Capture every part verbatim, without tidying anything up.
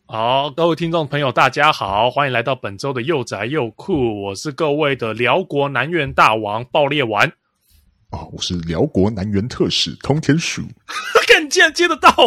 好，各位听众朋友大家好，欢迎来到本周的又宅又酷，我是各位的辽国南院大王爆裂丸。 哦，我是辽国南园特使通天鼠。 看你竟然接得到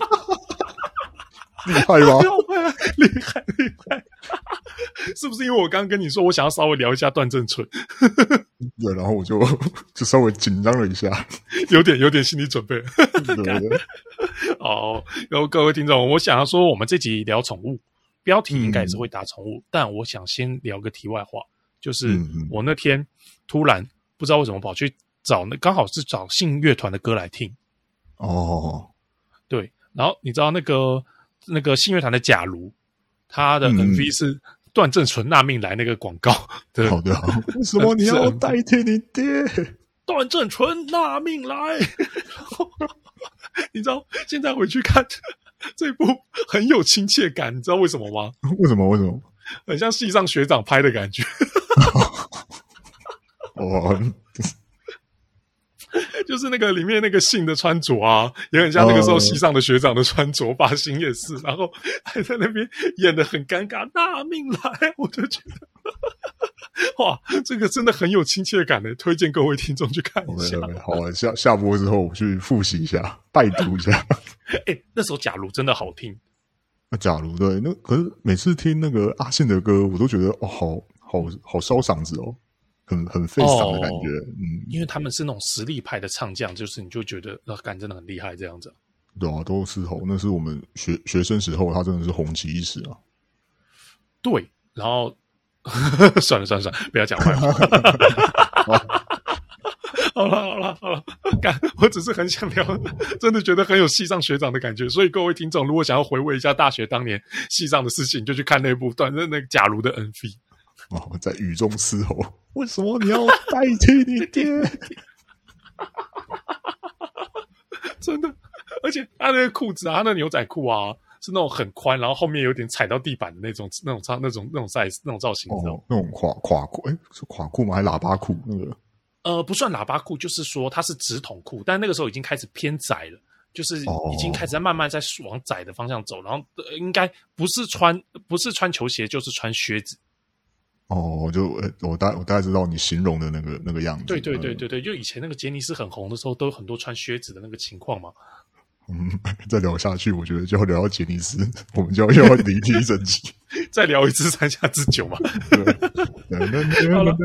厉害吗？ 厉害厉害是不是因为我刚刚跟你说我想要稍微聊一下段正淳对，然后我就就稍微紧张了一下， 有点有点心理准备对对对。 哦，然后各位听众，我想要说我们这集聊宠物，标题应该也是会打宠物、嗯、但我想先聊个题外话，就是我那天突然不知道为什么跑去找那刚好是找信乐团的歌来听。 哦， 对，然后你知道那个那个信乐团的假如他的 M V 是段正淳纳命来那个广告的。 好的，为什么你要代替你爹？ 段正淳纳命来你知道现在回去看这部很有亲切感，你知道为什么吗？ 为什么为什么很像系上学长拍的感觉哦， 就是那个里面那个信的穿着啊，也很像那个时候系上的学长的穿着，发型也是，然后还在那边演得很尴尬，纳命来，我就觉得哇，这个真的很有亲切感的，推荐各位听众去看一下。 好啊，下下播之后我去复习一下，拜读一下。 欸，那首假如真的好听。 那假如对，那可是每次听那个阿信的歌，我都觉得哦，好好好烧嗓子哦。很很费嗓的感觉、哦、嗯， 因为他们是那种实力派的唱将，就是你就觉得那感、呃、真的很厉害这样子。 对啊，都是吼，那是我们学学生时候，他真的是红极一时啊。 对，然后算了算了算了，不要讲坏话。好了好了好了，干，我只是很想聊，真的觉得很有系上学长的感觉。所以各位听众，如果想要回味一下大学当年系上的事情，就去看那部段那那个假如的 M V。 哦，在雨中嘶吼，为什么你要代替你爹？ 真的，而且他那个裤子啊，他那个牛仔裤啊，是那种很宽，然后后面有点踩到地板的那种、那种、那种、那种 size、那种造型， 哦，那种垮垮裤，哎，是垮裤吗？还是喇叭裤？那个呃，不算喇叭裤，就是说它是直筒裤，但那个时候已经开始偏窄了。就是已经开始在慢慢在往窄的方向走，然后、呃、应该不是穿不是穿球鞋，就是穿靴子。 哦，就我大我大概知道你形容的那个那个样子。 对对对对对，就以前那个杰尼斯很红的时候，都有很多穿靴子的那个情况嘛。 嗯，再聊下去，我觉得就要聊到杰尼斯，我们就要又要离题一整集。 再聊一次三下之久嘛。好了。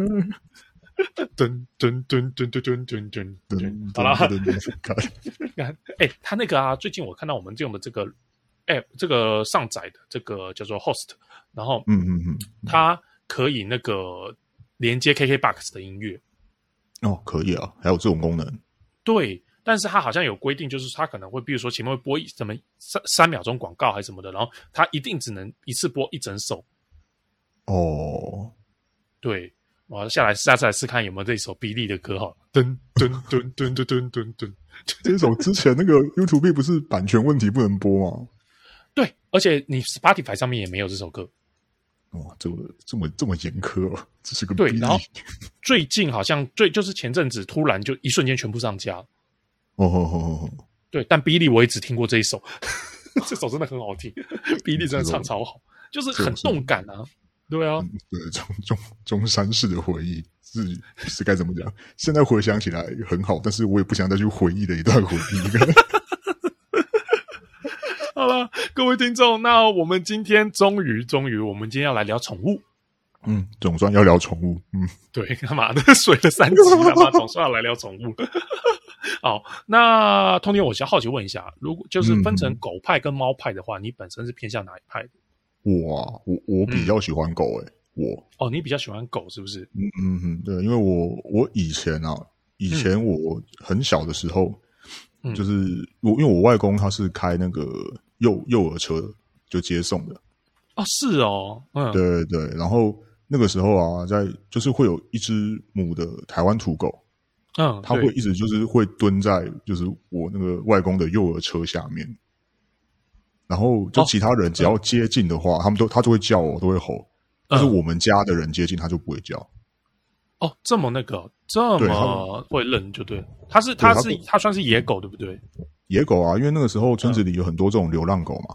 噔噔噔噔噔噔噔噔噔，好了。看，哎，他那个啊，最近我看到我们用的这个 app， 这个上载的这个叫做 host， 然后嗯嗯嗯， 它可以那个连接 K K B O X 的音乐。 哦，可以啊，还有这种功能。 对，但是它好像有规定，就是它可能会，比如说前面会播什么三三秒钟广告还是什么的，然后它一定只能一次播一整首。 哦， 对。我下来下次来试看有没有这首比利的歌哈，噔噔噔噔噔噔噔噔， 这首之前那个 YouTube 不是版权问题不能播吗？ 对，而且你 Spotify 上面也没有这首歌。 哇，这个这么这么严苛哦，这是个对。然后最近好像最就是前阵子突然就一瞬间全部上架。 哦哦哦哦，对， 但比利我也只听过这一首，这首真的很好听，比利真的唱超好，就是很动感啊。对啊， 嗯、对，中中中山市的回忆是是该怎么讲？现在回想起来很好，但是我也不想再去回忆的一段回忆。 好了，各位听众，那我们今天终于终于，我们今天要来聊宠物。 嗯，总算要聊宠物。嗯， 对，干嘛的？水了三集，干嘛总算要来聊宠物？好，那通天，我想好奇问一下，如果就是分成狗派跟猫派的话，嗯、你本身是偏向哪一派的？ 我啊，我我比较喜欢狗诶、欸嗯，我哦，你比较喜欢狗是不是？ 嗯嗯嗯，对，因为我我以前啊，以前我很小的时候，嗯、就是我因为我外公他是开那个幼幼儿车就接送的。 哦，是哦，嗯， 对对对，然后那个时候啊，在就是会有一只母的台湾土狗， 嗯， 它会一直就是会蹲在就是我那个外公的幼儿车下面。然后就其他人只要接近的话，哦、他们都他就会叫我，都会吼。但是我们家的人接近他就不会叫。 哦，这么那个，这么会认就对了。他是他是他算是野狗对不对？ 野狗啊，因为那个时候村子里有很多这种流浪狗嘛。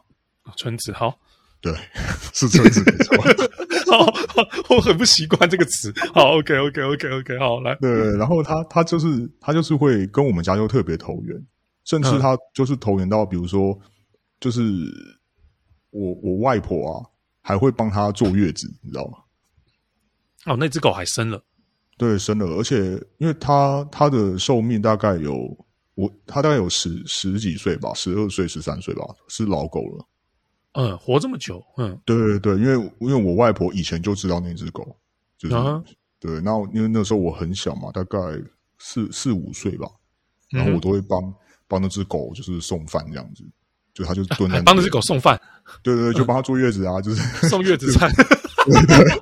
村子好。 对，是村子没错。 好，我很不习惯这个词。好 ，OK OK OK OK， 好来。 对，然后他他就是他就是会跟我们家就特别投缘，甚至他就是投缘到，比如说，就是我我外婆啊，还会帮他坐月子，你知道吗？ 哦，那只狗还生了。 对，生了，而且因为他他的寿命大概有我他大概有十十几岁吧，十二岁、十三岁吧，是老狗了。 嗯，活这么久，嗯， 对对对，因为因为我外婆以前就知道那只狗，就是、uh-huh. 对，那因为那时候我很小嘛，大概四四五岁吧，然后我都会帮、嗯、帮那只狗就是送饭这样子，就他就蹲在那、啊、 帮那只狗送饭， 对对对，就帮他坐月子啊，嗯、就是送月子餐， 对对。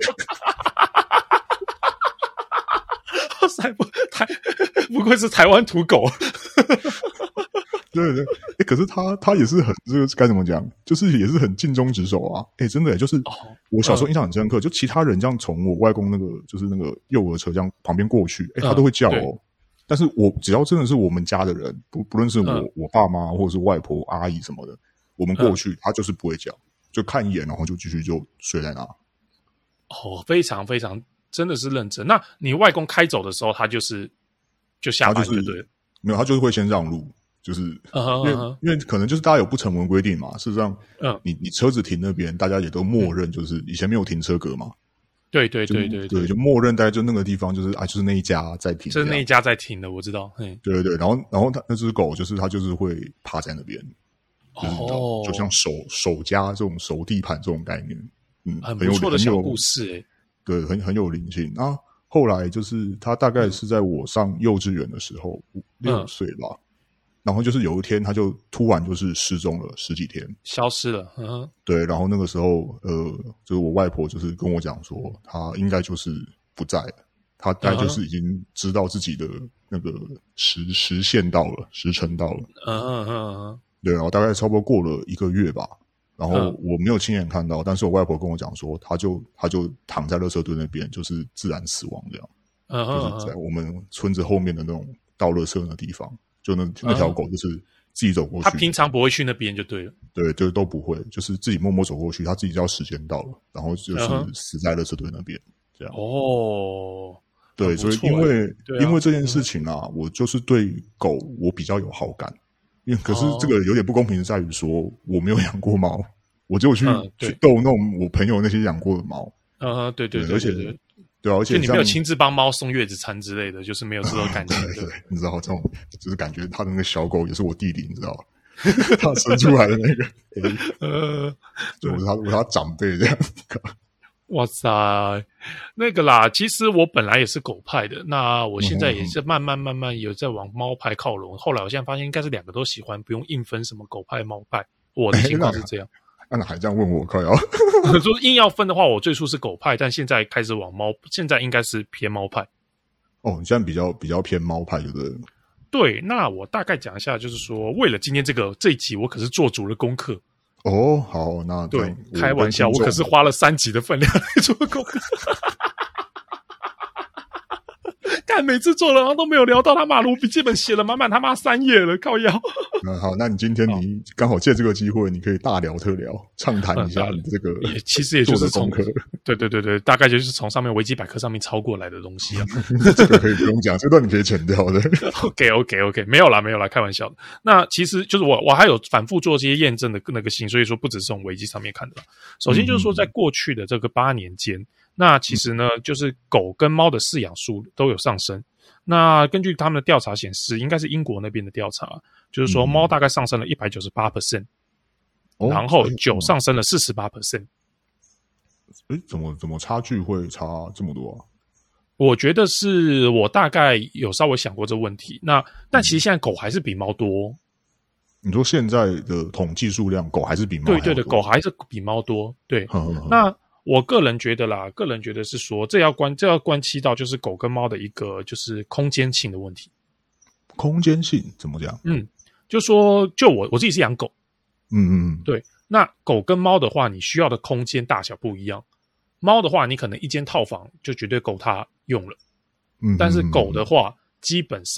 哇塞，不台不愧是台湾土狗。 对对，哎、欸，可是他他也是很这个该怎么讲，就是也是很尽忠职守啊。哎、欸，真的耶，就是我小时候印象很深刻，哦、就其他人这样从我外公那个就是那个幼儿车这样旁边过去，哎、欸，他都会叫哦。嗯、但是我只要真的是我们家的人，不不论是我、嗯、我爸妈或者是外婆阿姨什么的，我们过去、嗯、他就是不会叫，就看一眼，然后就继续就睡在那。 哦，非常非常真的是认真。那你外公开走的时候，他就是就下班就对了， 没有，他就是会先让路。就是，因为、uh-huh, uh-huh. 因为可能就是大家有不成文规定嘛，事实上，嗯，你你车子停那边，大家也都默认，就是以前没有停车格嘛， 对对对对对, 对，就默认大概就那个地方就是啊，就是那一家在停， 就是那一家在停的，我知道，对对对，然后然后它那只狗就是它就是会趴在那边，就是你知道，哦、就像守守家这种守地盘这种概念，嗯， 很不错的小故事诶， 对，很很有灵性啊。后来就是他大概是在我上幼稚园的时候，五六岁吧。嗯，然后就是有一天，他就突然就是失踪了十几天， 消失了。嗯， 对。然后那个时候，呃，就是我外婆就是跟我讲说，他应该就是不在了，他大概就是已经知道自己的那个时时限到了，时辰到了。 嗯嗯嗯嗯。 对，然后大概差不多过了一个月吧，然后我没有亲眼看到，但是我外婆跟我讲说，他就他就躺在垃圾堆那边，就是自然死亡这样。嗯嗯，就是在我们村子后面的那种倒垃圾的地方。就那那条狗就是自己走过去， 它平常不会去那边就对了。 对，就都不会，就是自己默默走过去，它自己知道时间到了，然后就是死在垃圾堆那边这样。 哦， 对，所以因为、啊、因为这件事情啊、嗯，我就是对狗我比较有好感，因为可是这个有点不公平的在于说，我没有养过猫，我就去、嗯、去逗弄我朋友那些养过的猫。 嗯，对对 对, 对, 对, 对，而且。 对啊，而且就你没有亲自帮猫送月子餐之类的，就是没有这种感情。 对, 对, 对，你知道这种，就是感觉他的那个小狗也是我弟弟，你知道吗？他生出来的那个，呃，对，我是他，我是他长辈这样。 哇塞，那个啦，其实我本来也是狗派的，那我现在也是慢慢慢慢有在往猫派靠拢。后来我现在发现，应该是两个都喜欢，不用硬分什么狗派猫派。我的情况是这样。 那还这样问我，快要说硬要分的话，我最初是狗派，但现在开始往猫，现在应该是偏猫派。 哦，你现在比较比较偏猫派，对不对？ 对，那我大概讲一下，就是说，为了今天这个这一集，我可是做足了功课。 哦，好，那对，开玩笑，我可是花了三集的分量来做功课。干，每次做了然后都没有聊到，他妈的，我笔记本写了满满他妈三页了，靠腰。 嗯，好，那你今天你刚好借这个机会，你可以大聊特聊，畅谈一下你这个、嗯、 也其实也就是从对对对对，大概就是从上面维基百科上面抄过来的东西啊。 这个可以不用讲，这段你可以剪掉的。 OK OK OK， 没有啦没有啦，开玩笑的。那其实就是我我还有反复做这些验证的那个信，所以说不只是从维基上面看的。首先就是说，在过去的这个八年间。嗯，那其实呢，就是狗跟猫的饲养数都有上升。那根据他们的调查显示，应该是英国那边的调查，就是说猫大概上升了 百分之一百九十八， 然后狗上升了 百分之四十八。 诶，怎么怎么差距会差这么多啊？ 我觉得是我大概有稍微想过这个问题。那但其实现在狗还是比猫多。 你说现在的统计数量，狗还是比猫还多？ 对对对，狗还是比猫多。对，呵呵呵，那。我个人觉得啦，个人觉得是说，这要关这要关系到就是狗跟猫的一个就是空间性的问题。 空间性怎么讲？ 嗯，就说就我我自己是养狗， 嗯嗯嗯， 对。那狗跟猫的话，你需要的空间大小不一样。猫的话，你可能一间套房就绝对够它用了，嗯，但是狗的话，基本上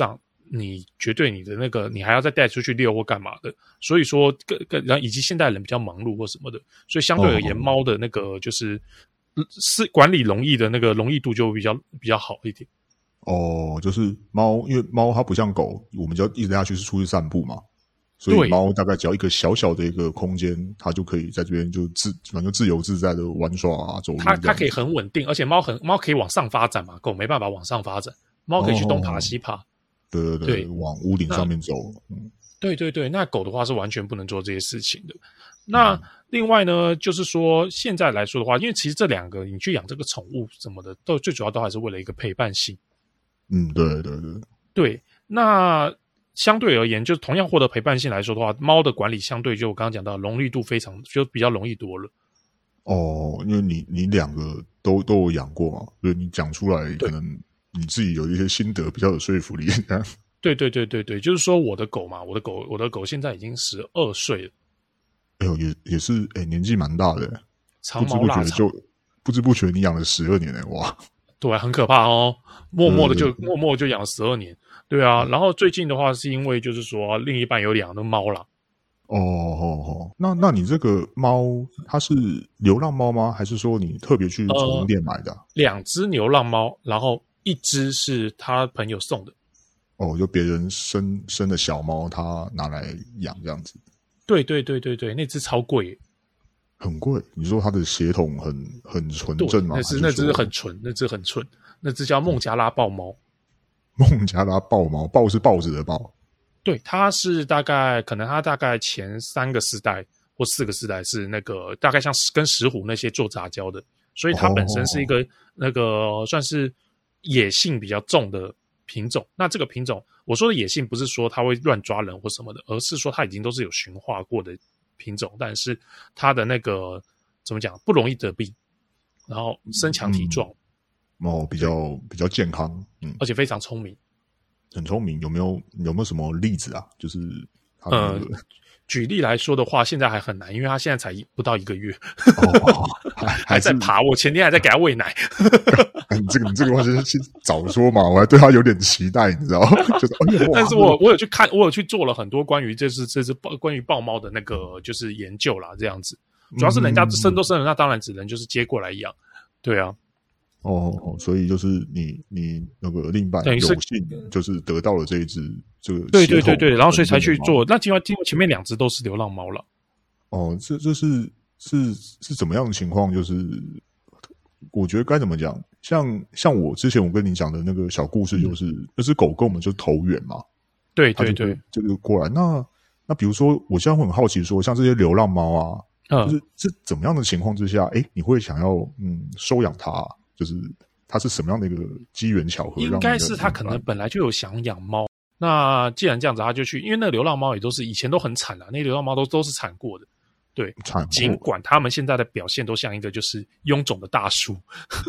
你绝对你的那个你还要再带出去遛或干嘛的，所以说更更然后以及现代人比较忙碌或什么的，所以相对而言，猫、哦、的那个就是是管理容易的那个容易度就比较比较好一点。 哦，就是猫，因为猫它不像狗，我们就要一直带它去是出去散步嘛，所以猫大概只要一个小小的一个空间，它就可以在这边就自反正自由自在的玩耍啊，走路。 它它可以很稳定，而且猫很猫可以往上发展嘛，狗没办法往上发展，猫可以去东爬西爬。哦对对 对, 对，往屋顶上面走。 嗯，对对对，那狗的话是完全不能做这些事情的。那另外呢，就是说现在来说的话，因为其实这两个你去养这个宠物什么的，都最主要都还是为了一个陪伴性。 嗯，对对对对。那相对而言，就同样获得陪伴性来说的话，猫的管理相对就我刚刚讲到容易度非常就比较容易多了。 哦，因为你你两个都都有养过嘛，所以你讲出来可能你自己有一些心得比较有说服力。 对对对对对，就是说我的狗嘛，我的狗我的狗现在已经十二岁了。 哎呦，也也是哎，年纪蛮大的， 长毛腊肠， 就不知不觉你养了十二年了，哇！ 对、啊，很可怕哦，默默的就默默就养了十二年，对啊。然后最近的话，是因为就是说另一半有养的猫啦。 哦哦哦，那那你这个猫它是流浪猫吗？还是说你特别去宠物店买的、啊呃？ 两只流浪猫，然后一只是他朋友送的。 哦，就别人生生的小猫，他拿来养这样子。 对对对对对，那只超贵耶， 很贵。你说它的血统很很纯正吗？ 那只那只很纯，那只很纯，那只叫孟加拉豹猫。 孟加拉豹猫，豹是豹子的豹。 对，它是大概可能它大概前三个世代或四个世代是那个大概像跟石虎那些做杂交的，所以它本身是一个、哦、那个算是野性比较重的品种。那这个品种我说的野性不是说它会乱抓人或什么的，而是说它已经都是有驯化过的品种，但是它的那个怎么讲不容易得病，然后身强体壮、 嗯、哦，比较比较健康，嗯， 而且非常聪明。 很聪明，有没有有没有什么例子啊？就是他的、那个呃，举例来说的话，现在还很难，因为他现在才不到一个月， 哦、还, 还在爬。我前天还在给他喂奶。 你这个你这个话就是早说嘛，我还对他有点期待，你知道？就是，哎、 但是我我有去看，我有去做了很多关于这是这是关于豹猫的那个就是研究啦，这样子。主要是人家生都生了，那当然只能就是接过来养，对啊。 哦，所以就是你你那个另一半有幸就是得到了这一只这个对对对对，然后所以才去做。那因为前面两只都是流浪猫了。 哦，这这是是是怎么样的情况？就是我觉得该怎么讲？像像我之前我跟你讲的那个小故事，就是那只、嗯、狗跟我们就投缘嘛。 对对对， 这个过来。那那比如说，我现在会很好奇说，像这些流浪猫啊，嗯、就是是怎么样的情况之下，哎，你会想要嗯收养它、啊？就是它是什么样的一个机缘巧合？ 应该是他可能本来就有想养猫，那既然这样子，他就去，因为那个流浪猫也都是以前都很惨啦，那流浪猫都都是惨过的，对，尽管他们现在的表现都像一个就是臃肿的大叔，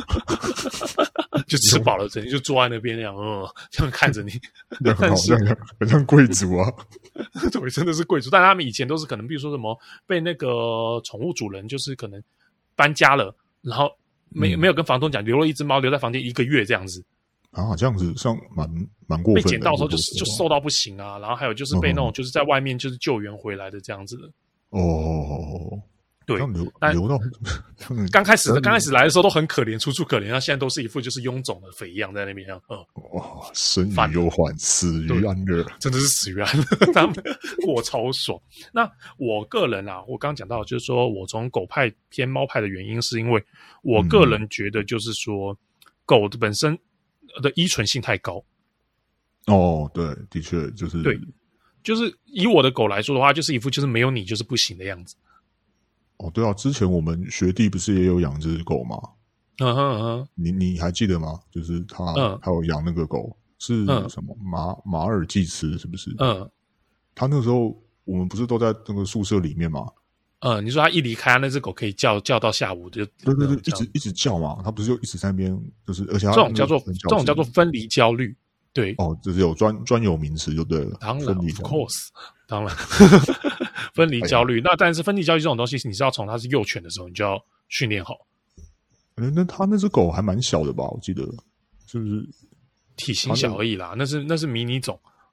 就吃饱了整天就坐在那边那样，嗯，这样看着你， 但是很像贵族啊， 对，真的是贵族，但他们以前都是可能，比如说什么被那个宠物主人就是可能搬家了，然后。没没有跟房东讲，留了一只猫留在房间一个月这样子啊，这样子算蛮蛮过分的。 被捡到的时候就就瘦到不行啊，然后还有就是被那种、嗯、就是在外面就是救援回来的这样子的。 哦， 对， 留留到刚开始刚开始来的时候都很可怜，楚楚可怜，他现在都是一副就是臃肿的肥样在那边这样。嗯， 哇，生于忧患，死于安乐， 真的是死于安乐，他们过超爽。那我个人啊，我刚刚讲到就是说我从狗派偏猫派的原因，是因为我个人觉得就是说、嗯、狗的本身的依存性太高。 哦，对，的确就是对，就是以我的狗来说的话，就是一副就是没有你就是不行的样子。 哦，对啊，之前我们学弟不是也有养只狗吗？ 嗯哼嗯哼， 你你还记得吗？就是他，嗯，他有养那个狗是什么、嗯、马马尔济斯，是不是？ 嗯， 他那时候我们不是都在那个宿舍里面吗？ 嗯，你说他一离开，那只狗可以叫叫到下午就对对对，一直一直叫嘛，他不是就一直在那边，就是而且他这种叫做这种叫做分离焦虑。对哦，就是有专专有名词就对了。 当然 ，of course， 当然，分离焦虑。那但是分离焦虑这种东西，你是要从它是幼犬的时候，你就要训练好。 欸、那他那只狗还蛮小的吧？我记得是不是体型小而已啦？那是那是迷你种。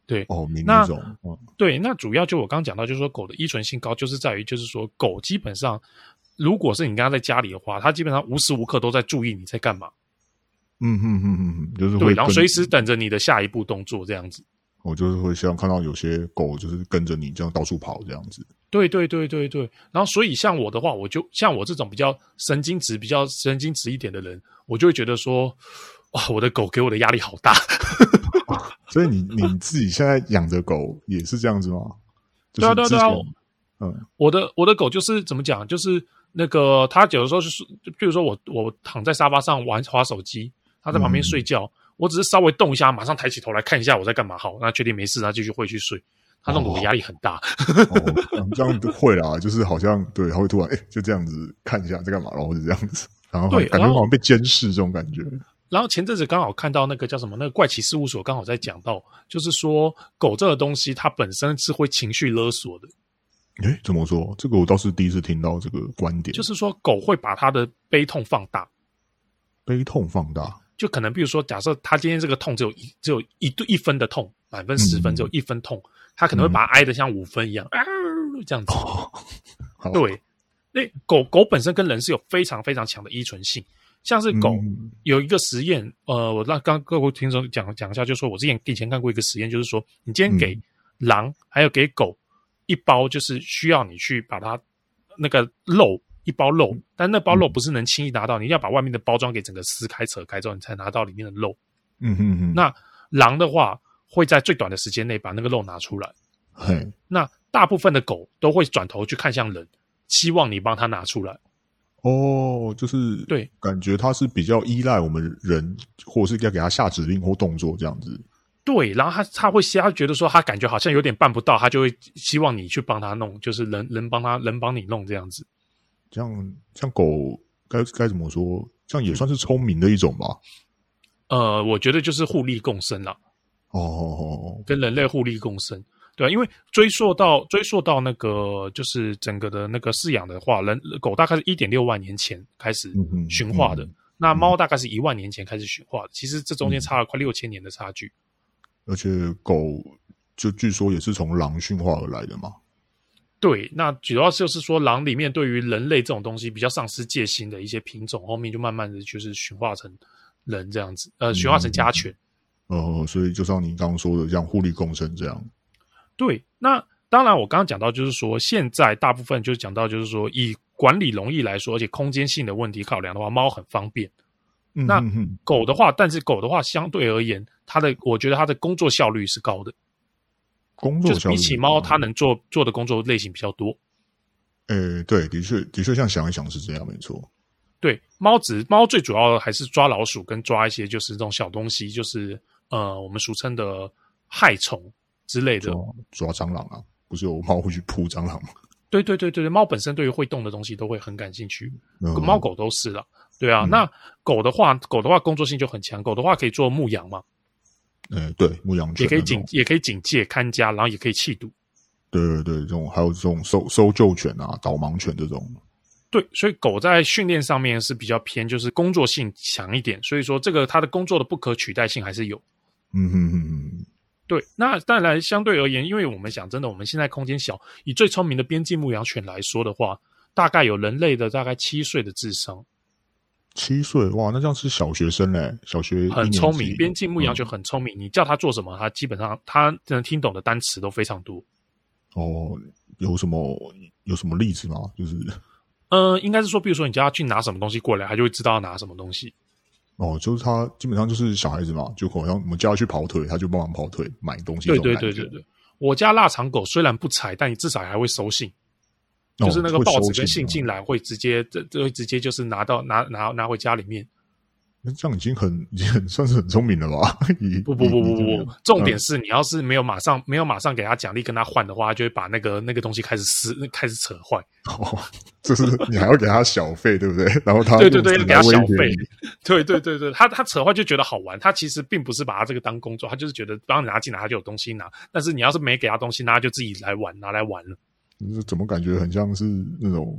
对， 哦，迷你那种，嗯， 对，那主要就我刚刚讲到，就是说狗的依存性高，就是在于就是说狗基本上，如果是你跟它在家里的话，它基本上无时无刻都在注意你在干嘛。 嗯嗯嗯嗯嗯，就是对， 会然后随时等着你的下一步动作这样子。 我就是会像看到有些狗就是跟着你这样到处跑这样子。 对对对对对，然后所以像我的话，我就像我这种比较神经质、比较神经质一点的人，我就会觉得说，哇，我的狗给我的压力好大。 所以你你自己现在养的狗也是这样子吗？ 对啊对啊对啊， 嗯， 我的我的狗就是怎么讲，就是那个它有的时候就是，比如说我我躺在沙发上玩滑手机，它在旁边睡觉。嗯，我只是稍微动一下，马上抬起头来看一下我在干嘛。好，那确定没事，他继续回去睡。他弄得我压力很大。 哦，这样就会啦，就是好像对，他会突然哎、欸，就这样子看一下在干嘛，然后就这样子，然后感觉好像被监视这种感觉。 然后前阵子刚好看到那个叫什么，那个怪奇事务所刚好在讲到，就是说狗这个东西它本身是会情绪勒索的。 诶，怎么说？这个我倒是第一次听到这个观点。 就是说狗会把它的悲痛放大。 悲痛放大？就可能比如说，假设它今天这个痛只有一只有一一分的痛，满分十分只有一分痛，它可能会把它挨得像五分一样，啊，这样子。哦，对，那狗狗本身跟人是有非常非常强的依存性。像是狗、嗯、有一个实验，呃，我让刚各位听众讲讲一下，就是说我之前以前看过一个实验，就是说你今天给狼、嗯、还有给狗一包，就是需要你去把它那个肉一包肉，但那包肉不是能轻易拿到，你要把外面的包装给整个撕开扯开之后，你才拿到里面的肉。 嗯哼哼。 那狼的话会在最短的时间内把那个肉拿出来。 嘿。 那大部分的狗都会转头去看向人，希望你帮他拿出来。 哦，就是对， 感觉他是比较依赖我们人，或者是要给他下指令或动作这样子。 对，然后他他会他觉得说他感觉好像有点办不到，他就会希望你去帮他弄，就是人人帮他人帮你弄这样子。 这样像狗该该怎么说？这样也算是聪明的一种吧？ 呃，我觉得就是互利共生啦。 哦， 跟人类互利共生。对啊，因为追溯到追溯到那个就是整个的那个饲养的话，人狗大概是 一点六万年前开始驯化的，嗯嗯、那猫大概是一万年前开始驯化的，其实这中间差了快六千年的差距。 而且狗就据说也是从狼驯化而来的嘛。 对，那主要就是说狼里面对于人类这种东西比较丧失戒心的一些品种，后面就慢慢的就是驯化成人这样子，呃，驯化成家犬。 哦、呃，所以就像你刚刚说的，这样互利共生这样。 对，那当然我刚刚讲到就是说现在大部分就是讲到就是说以管理容易来说，而且空间性的问题考量的话，猫很方便。 嗯、 那狗的话，但是狗的话相对而言，它的我觉得它的工作效率是高的。 工作效率就是比起猫，它能做做的工作类型比较多。 呃，对，的确的确像想一想是这样，没错。 对，猫只猫最主要的还是抓老鼠跟抓一些就是这种小东西，就是呃我们俗称的害虫之类的。 抓蟑螂啊，不是有猫会去扑蟑螂吗？ 对对对对，猫本身对于会动的东西都会很感兴趣， 嗯、 猫狗都是啦。对啊、嗯，那狗的话，狗的话工作性就很强，狗的话可以做牧羊嘛。 呃，对，牧羊犬也可以警，也可以警戒看家，然后也可以气毒。 对对对，这种还有这种搜搜救犬啊、导盲犬这种。 对，所以狗在训练上面是比较偏，就是工作性强一点，所以说这个它的工作的不可取代性还是有。 嗯哼哼哼。 对，那当然相对而言，因为我们想真的，我们现在空间小，以最聪明的边境牧羊犬来说的话，大概有人类的大概七岁的智商。 七岁哇，那这样是小学生嘞，小学很聪明，边境牧羊犬很聪明、嗯，你叫他做什么，他基本上他能听懂的单词都非常多。 哦，有什么有什么例子吗？就是， 呃，应该是说，比如说你叫他去拿什么东西过来，他就会知道要拿什么东西。 哦，就是他基本上就是小孩子嘛，就好像我们叫他去跑腿，他就帮忙跑腿买东西。 对对对对对，我家腊肠狗虽然不踩，但你至少还会收信。 哦、 就是那个报纸跟信进来，会直接这这会直接就是拿到拿拿拿回家里面。 那这样已经很已经很算是很聪明了吧？ 不不不不不不，重点是你要是没有马上、嗯、没有马上给他奖励跟他换的话，他就会把那个那个东西开始撕，开始扯坏。 哦，就是你还要给他小费，对不对？然后他对对对，要给他小费。对对对对，他他扯坏就觉得好玩，他其实并不是把他这个当工作，他就是觉得帮你拿进来他就有东西拿，但是你要是没给他东西拿，他就自己来玩拿来玩了。 怎么感觉很像是那种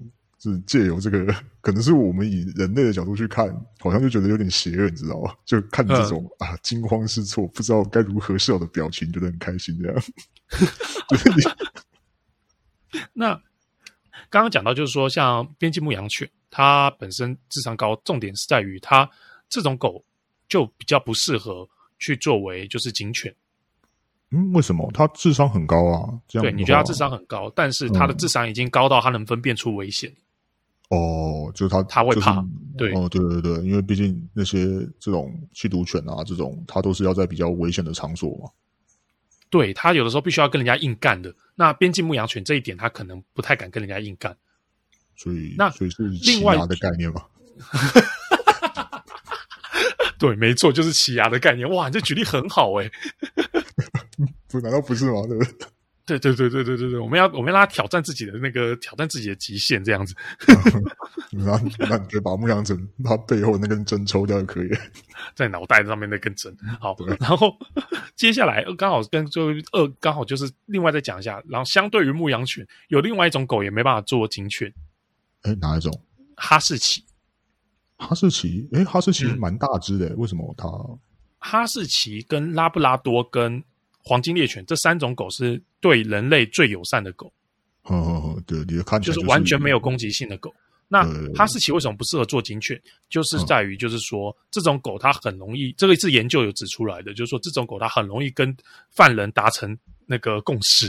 是借由这个，可能是我们以人类的角度去看，好像就觉得有点邪恶，你知道吗？就看这种、嗯、啊惊慌失措，不知道该如何是好的表情，觉得很开心这样。 那刚刚讲到，就是说像边境牧羊犬，它本身智商高，重点是在于它这种狗就比较不适合去作为就是警犬。 嗯，为什么？它智商很高啊，这样对，你觉得它智商很高，但是它的智商已经高到它能分辨出危险。 嗯、哦，就是它， 它会怕， 就是、 对， 哦，对对对，因为毕竟那些这种缉毒犬啊，这种它都是要在比较危险的场所嘛。 对，它有的时候必须要跟人家硬干的。那边境牧羊犬这一点，它可能不太敢跟人家硬干。 所以， 那所以是骑牙的概念嘛？ 对，没错，就是骑牙的概念。哇，你这举例很好哎、欸。 不，难道不是吗？对不对？ 对对对对对对对，我们要我们要让他挑战自己的那个挑战自己的极限，这样子。 那那你就把牧羊犬它背后那根针抽掉就可以了， 在脑袋上面那根针。好，然后接下来刚好跟最后二刚好就是另外再讲一下，然后相对于牧羊犬，有另外一种狗也没办法做警犬。 哎，哪一种？ 哈士奇。 哈士奇，哎，哈士奇蛮大只的、嗯，为什么它？ 哈士奇跟拉布拉多跟黄金猎犬这三种狗是对人类最友善的狗。 嗯嗯嗯，对，你看起来、就是、 就是完全没有攻击性的狗。那哈士奇为什么不适合做警犬？就是在于，就是说、嗯、这种狗它很容易，这个是研究有指出来的，就是说这种狗它很容易跟犯人达成那个共识。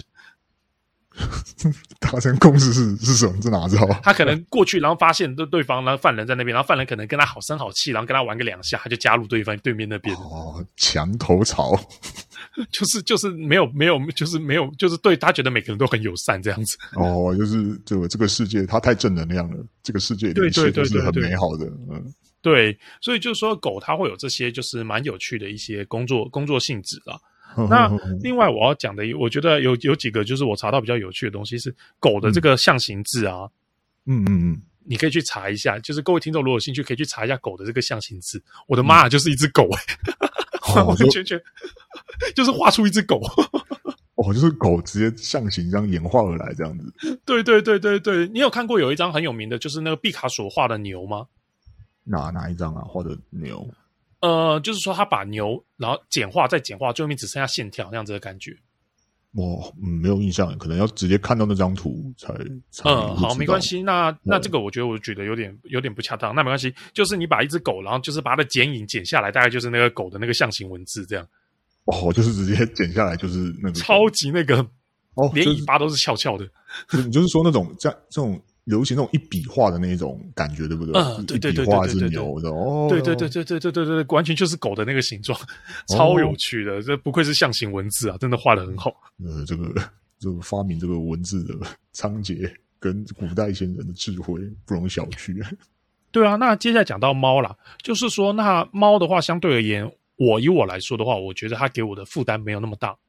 达成共识是是什么？这哪知道？ 他可能过去，然后发现对对方，然后犯人在那边，然后犯人可能跟他好声好气，然后跟他玩个两下，他就加入对方对面那边。 哦，墙头草， 就是就是没有没有就是没有就是对他觉得每个人都很友善这样子。 哦，就是这个这个世界他太正能量了，这个世界里一切都是很美好的。嗯， 对，所以就是说狗它会有这些就是蛮有趣的一些工作工作性质啦。那另外我要讲的，我觉得有有几个就是我查到比较有趣的东西是狗的这个象形字啊， 嗯嗯嗯， 你可以去查一下，就是各位听众如果有兴趣可以去查一下狗的这个象形字。我的妈、嗯、就是一只狗哎、欸，完完全全就是画出一只狗。 哦，就是狗直接象形这样演化而来这样子。 对对对对对，你有看过有一张很有名的，就是那个毕卡索画的牛吗？ 哪哪一张啊？画的牛？ 呃，就是说他把牛然后简化再简化，最后面只剩下线条那样子的感觉。 哦，嗯，没有印象，可能要直接看到那张图才才。 嗯，好，没关系。那那这个我觉得我举得有点有点不恰当，那没关系。就是你把一只狗，然后就是把它的剪影剪下来，大概就是那个狗的那个象形文字这样。 哦，就是直接剪下来就是那个超级那个哦， 连尾巴都是翘翘的。 就是、你就是说那种这样这种。流行那种一笔画的那种感觉，对不对？ 嗯，对对对对对对对， 哦， 对对对对对对对对，完全就是狗的那个形状，超有趣的。这不愧是象形文字啊，真的画得很好。 呃，这个这个发明这个文字的仓颉跟古代先人的智慧不容小觑。 对啊，那接下来讲到猫啦，就是说，那猫的话，相对而言，我以我来说的话，我觉得它给我的负担没有那么大。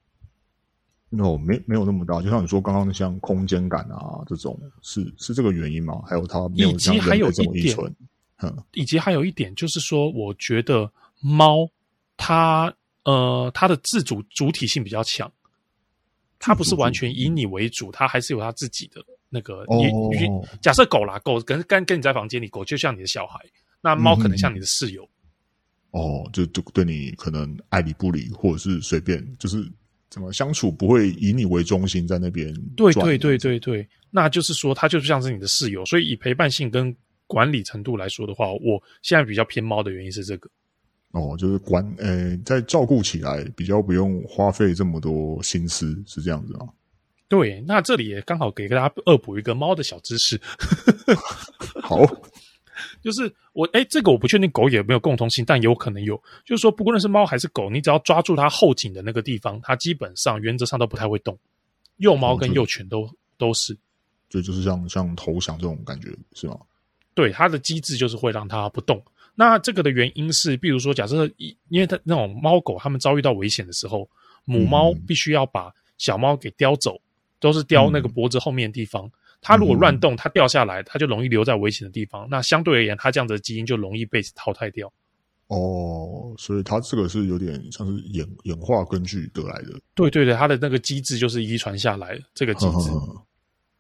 no 没没有那么大，就像你说刚刚像空间感啊这种，是是这个原因吗？还有它没有像人类这么依存，嗯， 以及还有一点就是说，我觉得猫它呃它的自主主体性比较强，它不是完全以你为主，它还是有它自己的那个。 哦， 假设狗啦，狗跟跟跟你在房间里，狗就像你的小孩，那猫可能像你的室友。 嗯、哦，就就对你可能爱理不理，或者是随便，就是。怎么相处不会以你为中心在那边？ 对对对对对，那就是说它就像是你的室友，所以以陪伴性跟管理程度来说的话，我现在比较偏猫的原因是这个。 哦，就是管呃，在照顾起来比较不用花费这么多心思，是这样子吗？ 对，那这里也刚好给大家恶补一个猫的小知识。 好。 就是我哎，这个我不确定狗有没有共通性，但有可能有。就是说，不论是猫还是狗，你只要抓住它后颈的那个地方，它基本上原则上都不太会动。幼猫跟幼犬都、哦、都是， 对，就是像像投降这种感觉是吗？ 对，它的机制就是会让它不动。那这个的原因是，比如说，假设因为它那种猫狗，它们遭遇到危险的时候，母猫必须要把小猫给叼走，都是叼那个脖子后面的地方。嗯，它如果乱动，它掉下来，它就容易留在危险的地方。那相对而言，它这样子的基因就容易被淘汰掉。 哦，所以它这个是有点像是演演化根据得来的。 对对对，它的那个机制就是遗传下来这个机制。 呵呵呵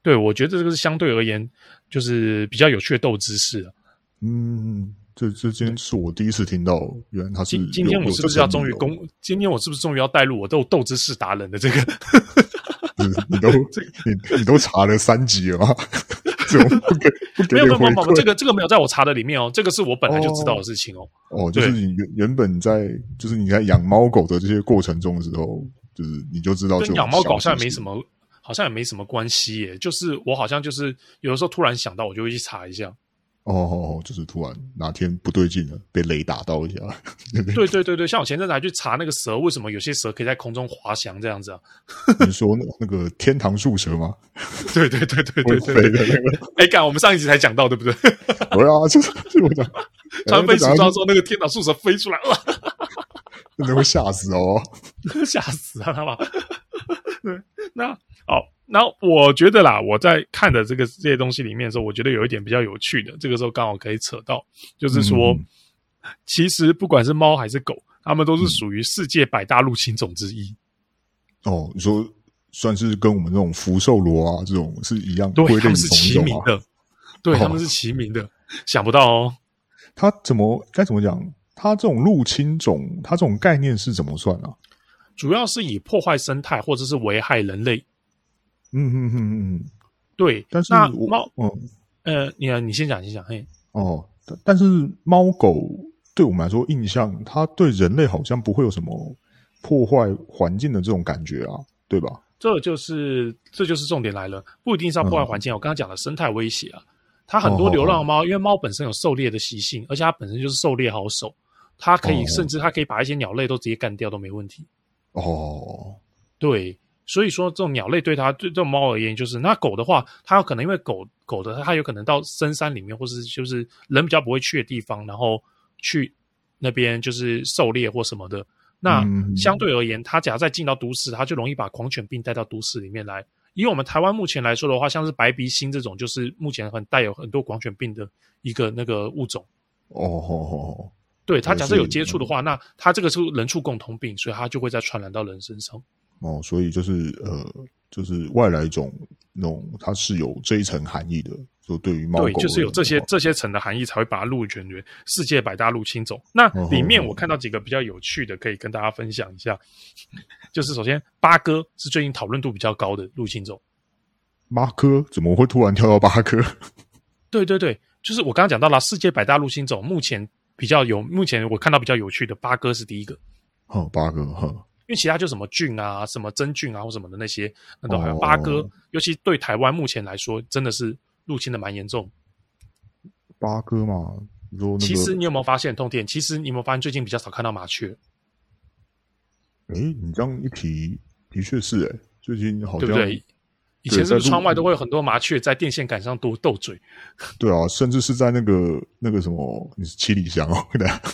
对，我觉得这个是相对而言就是比较有趣的斗知识啊。 嗯，这这今天是我第一次听到，原来他是今今天我是不是要终于公？今天我是不是终于要带入我斗斗知识达人的这个？ 你都你你都查了三集了吗？这种不给不给没有没有没有，这个这个没有在我查的里面哦，这个是我本来就知道的事情哦。 哦，就是你原原本在就是你在养猫狗的这些过程中的时候，就是你就知道跟养猫狗好像也没什么，好像也没什么关系耶。就是我好像就是有的时候突然想到，我就会去查一下。 哦哦，就是突然哪天不对劲了，被雷打到一下。 对对对对，像我前阵子还去查那个蛇，为什么有些蛇可以在空中滑翔这样子啊？ 你说那那个天堂树蛇吗？ 对对对对对对对。哎，干，我们上一集才讲到，对不对？ 对啊，就是就是我讲， 穿飞鼠装之后，那个天堂树蛇飞出来，哇， 真的会吓死哦， 吓死啊他妈！对，那好。那我觉得啦，我在看的这个这些东西里面的时候，我觉得有一点比较有趣的，这个时候刚好可以扯到，就是说，嗯、其实不管是猫还是狗，它们都是属于世界百大入侵种之一。 哦，你说算是跟我们这种福寿螺啊这种是一样归类于同一种啊？ 对，他们是齐名的，对，哦、他们是齐名的，想不到哦。 它怎么该怎么讲？它这种入侵种，它这种概念是怎么算啊？ 主要是以破坏生态或者是危害人类。 嗯嗯嗯嗯， 对， 但是那猫， 嗯， 呃，你你先讲，先讲，嘿， 哦，但是猫狗对我们来说，印象它对人类好像不会有什么破坏环境的这种感觉啊，对吧？ 这就是这就是重点来了，不一定是要破坏环境。嗯、我刚刚讲的生态威胁啊，它很多流浪猫，哦、因为猫本身有狩猎的习性，而且它本身就是狩猎好手，它可以、哦、甚至它可以把一些鸟类都直接干掉都没问题。 哦， 对。所以说，这种鸟类对它对这种猫而言，就是那狗的话，它有可能因为狗狗的它有可能到深山里面，或是就是人比较不会去的地方，然后去那边就是狩猎或什么的。那相对而言，它假如再进到都市，它就容易把狂犬病带到都市里面来。以我们台湾目前来说的话，像是白鼻星这种，就是目前很带有很多狂犬病的一个那个物种。 哦哦哦， 对，它假设有接触的话，那它这个是人畜共同病，所以它就会再传染到人身上。 哦，所以就是呃，就是外来种那种，它是有这一层含义的。就对于猫狗， 对，就是有这些这些层的含义，才会把它入选为世界百大入侵种。那里面我看到几个比较有趣的，可以跟大家分享一下。就是首先，八哥是最近讨论度比较高的入侵种。 八哥怎么会突然跳到八哥？ 对对对，就是我刚刚讲到了世界百大入侵种，目前比较有，目前我看到比较有趣的，八哥是第一个。 哦，八哥，呵。 因为其他就什么菌啊、什么真菌啊或什么的那些，那都还有。八哥，尤其对台湾目前来说，真的是入侵的蛮严重。 八哥嘛，你说、那个、 其实你有没有发现，通电？其实你有没有发现最近比较少看到麻雀？ 诶，你这样一提，的确是诶，最近好像对不对？以前是不是窗外都会有很多麻雀在电线杆上斗斗嘴？ 对啊，甚至是在那个那个什么，你是七里香哦，对啊。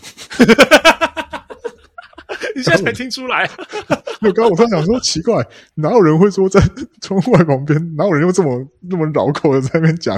你现在才听出来？ 没有，刚刚我突然想说，奇怪，哪有人会说在窗外旁边，哪有人用这么那么绕口的在那边讲？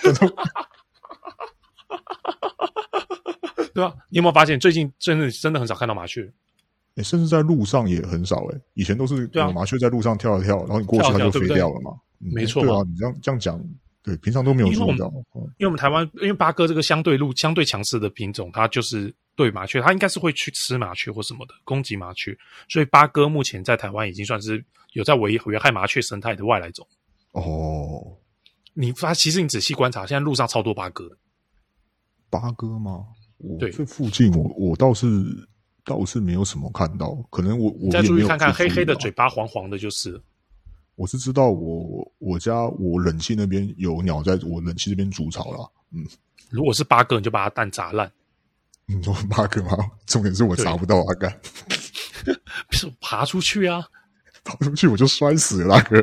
对吧？你有没有发现最近真的真的很少看到麻雀？ 欸、甚至在路上也很少诶、欸。以前都是有麻雀在路上跳一跳，然后你过去它就飞掉了嘛。 对对嗯、没错， 对啊，你这样这样讲，对，平常都没有注意到。 因为我们台湾，因为八哥这个相对路相对强势的品种，它就是对麻雀，它应该是会去吃麻雀或什么的，攻击麻雀。所以八哥目前在台湾已经算是有在危危害麻雀生态的外来种。 哦， 你发其实你仔细观察，现在路上超多八哥的。 八哥吗？ 对， 这附近我我倒是倒是没有什么看到，可能我我你再注意看看，黑黑的嘴巴黄黄的，就是了。 我是知道我我家我冷气那边有鸟在我冷气这边筑巢啦。嗯， 如果是八哥，你就把它蛋砸烂。 你说八哥吗？重点是我砸不到啊，干， 爬出去啊， 爬出去我就摔死了，大哥。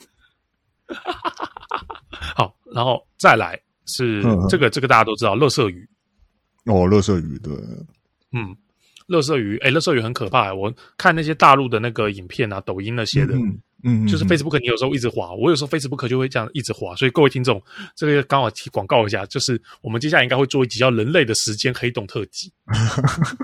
好，然后再来是嗯嗯这个这个大家都知道，垃圾鱼。 哦，垃圾鱼对， 嗯，垃圾鱼，哎，垃圾鱼很可怕。我看那些大陆的那个影片啊，抖音那些的， 嗯嗯， 就是 Facebook 你有时候一直滑，我有时候 Facebook 就会这样一直滑。所以各位听众，这个刚好提广告一下，就是我们接下来应该会做一集叫《人类的时间黑洞特辑》。